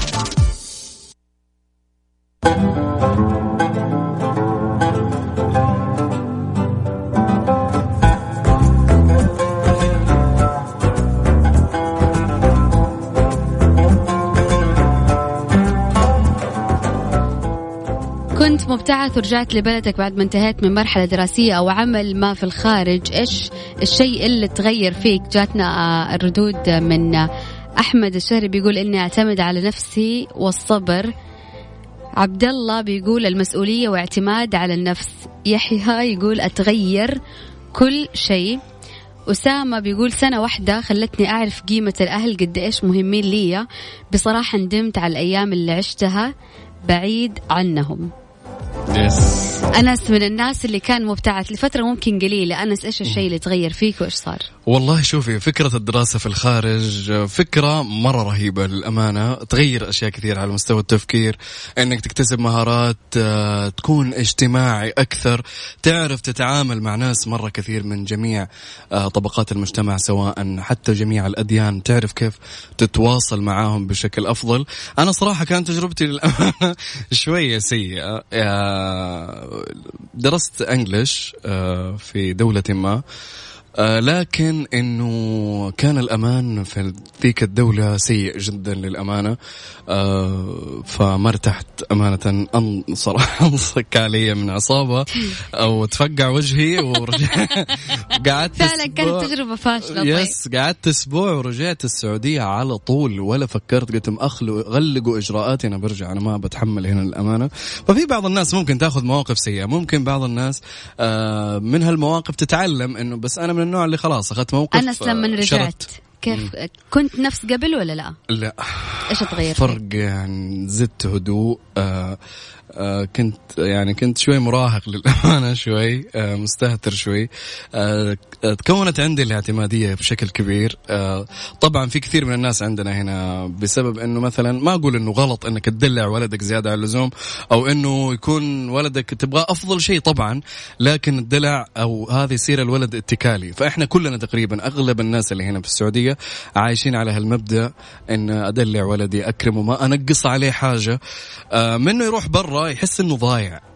Speaker 4: كنت مبتعث ورجعت لبلدك بعد ما انتهيت من مرحلة دراسية أو عمل ما في الخارج، إيش الشيء اللي تغير فيك؟ جاتنا الردود من أحمد الشهري بيقول إني أعتمد على نفسي والصبر. عبد الله بيقول المسؤولية واعتماد على النفس. يحيى يقول أتغير كل شيء. أسامة بيقول سنة واحدة خلتني أعرف قيمة الأهل قد إيش مهمين لي. بصراحة ندمت على الأيام اللي عشتها بعيد عنهم.
Speaker 3: يس.
Speaker 4: أنس من الناس اللي كان مبتعث لفترة ممكن قليلة. أنس إيش الشيء اللي تغير فيك وإيش صار؟
Speaker 3: والله شوفي، فكرة الدراسة في الخارج فكرة مرة رهيبة للأمانة، تغير أشياء كثير على مستوى التفكير، إنك تكتسب مهارات، تكون اجتماعي أكثر، تعرف تتعامل مع ناس مرة كثير من جميع طبقات المجتمع، سواء حتى جميع الأديان، تعرف كيف تتواصل معاهم بشكل أفضل. أنا صراحة كانت تجربتي للأمانة شوية سيئة. درست أنجليش في دولة ما، آه لكن إنه كان الأمان في ذيك الدولة سيء جدا للأمانة. آه فما ارتحت أمانة. أن صراحة انصك علي من عصابة أو تفقع وجهي ورجعت. قعدت
Speaker 4: فعلا كانت تجربة فاشلة.
Speaker 3: يس طيب. قعدت أسبوع ورجعت السعودية على طول، ولا فكرت، قلت أخلوا غلقوا إجراءاتي، أنا برجع، أنا ما بتحمل هنا الأمانة. ففي بعض الناس ممكن تأخذ مواقف سيئة، ممكن بعض الناس آه من هالمواقف تتعلم. إنه بس أنا من النوع اللي خلاص أخذت موقف.
Speaker 4: أنس لما رجعت كيف م. كنت نفس قبل ولا لا؟
Speaker 3: لا.
Speaker 4: إيش تغير؟
Speaker 3: فرق يعني، زدت هدوء. آه آه كنت يعني كنت شوي مراهق للأمانة، شوي آه مستهتر شوي. آه تكونت عندي الاعتمادية بشكل كبير. آه طبعا في كثير من الناس عندنا هنا بسبب انه مثلا، ما اقول انه غلط انك تدلع ولدك زيادة عن اللزوم، او انه يكون ولدك تبغى افضل شيء طبعا، لكن الدلع او هذا يصير الولد اتكالي. فاحنا كلنا تقريبا اغلب الناس اللي هنا في السعودية عايشين على هالمبدأ، ان ادلع ولدي، اكرمه، ما انقص عليه حاجة. آه منه يروح برا يحس انه ضايع،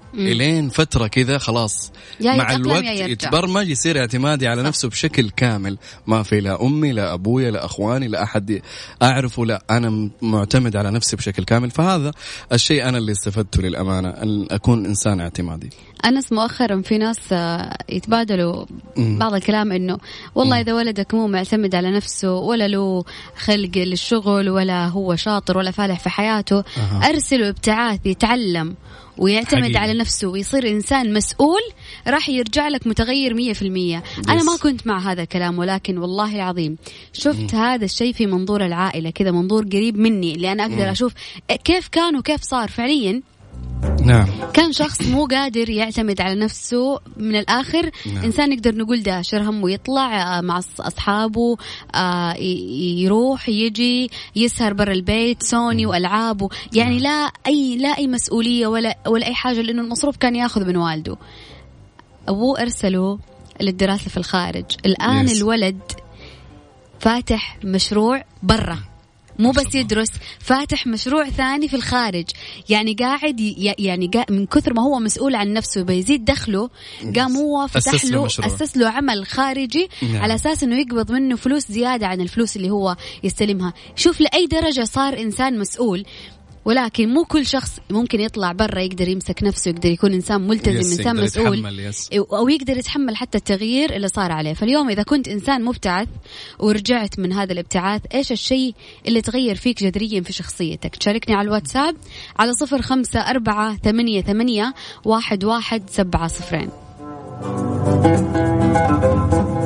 Speaker 3: إلين فترة كذا خلاص مع الوقت يتبرمج يصير اعتمادي على نفسه بشكل كامل. ما في لا أمي لا أبويا لا أخواني لا أحد أعرفه، لا أنا معتمد على نفسي بشكل كامل. فهذا الشيء أنا اللي استفدته للأمانة، أن أكون إنسان اعتمادي.
Speaker 4: أنس مؤخرا في ناس يتبادلوا بعض الكلام إنه والله إذا ولدك مو معتمد على نفسه ولا له خلق للشغل ولا هو شاطر ولا فالح في حياته، أه. أرسله ابتعاث يتعلم ويعتمد حقيقي. على نفسه ويصير إنسان مسؤول، راح يرجع لك متغير مية في المية. أنا ما كنت مع هذا الكلام، ولكن والله العظيم شفت م. هذا الشيء في منظور العائلة كذا، منظور قريب مني اللي أنا أقدر م. أشوف كيف كان وكيف صار فعليا.
Speaker 3: نعم.
Speaker 4: كان شخص مو قادر يعتمد على نفسه من الآخر. نعم. إنسان نقدر نقول ده شرهم ويطلع مع أصحابه، يروح يجي يسهر برا البيت، سوني وألعابه، يعني لا أي لا أي مسؤولية ولا ولا أي حاجة، لأنه المصروف كان يأخذ من والده. أبوه أرسله للدراسة في الخارج. الآن يس. الولد فاتح مشروع برا، مو بس يدرس، فاتح مشروع ثاني في الخارج. يعني قاعد يعني قاعد من كثر ما هو مسؤول عن نفسه بيزيد دخله، قام هو فتح له أسس له عمل خارجي نعم. على أساس إنه يقبض منه فلوس زيادة عن الفلوس اللي هو يستلمها. شوف لأي درجة صار إنسان مسؤول. ولكن مو كل شخص ممكن يطلع برا يقدر يمسك نفسه، يقدر يكون إنسان ملتزم، إنسان مسؤول، أو يقدر يتحمل حتى التغيير اللي صار عليه. فاليوم إذا كنت إنسان مبتعث ورجعت من هذا الابتعاث، إيش الشيء اللي تغير فيك جذريا في شخصيتك؟ تشاركني على الواتساب على صفر خمسة أربعة ثمانية ثمانية واحد واحد سبعة صفرين.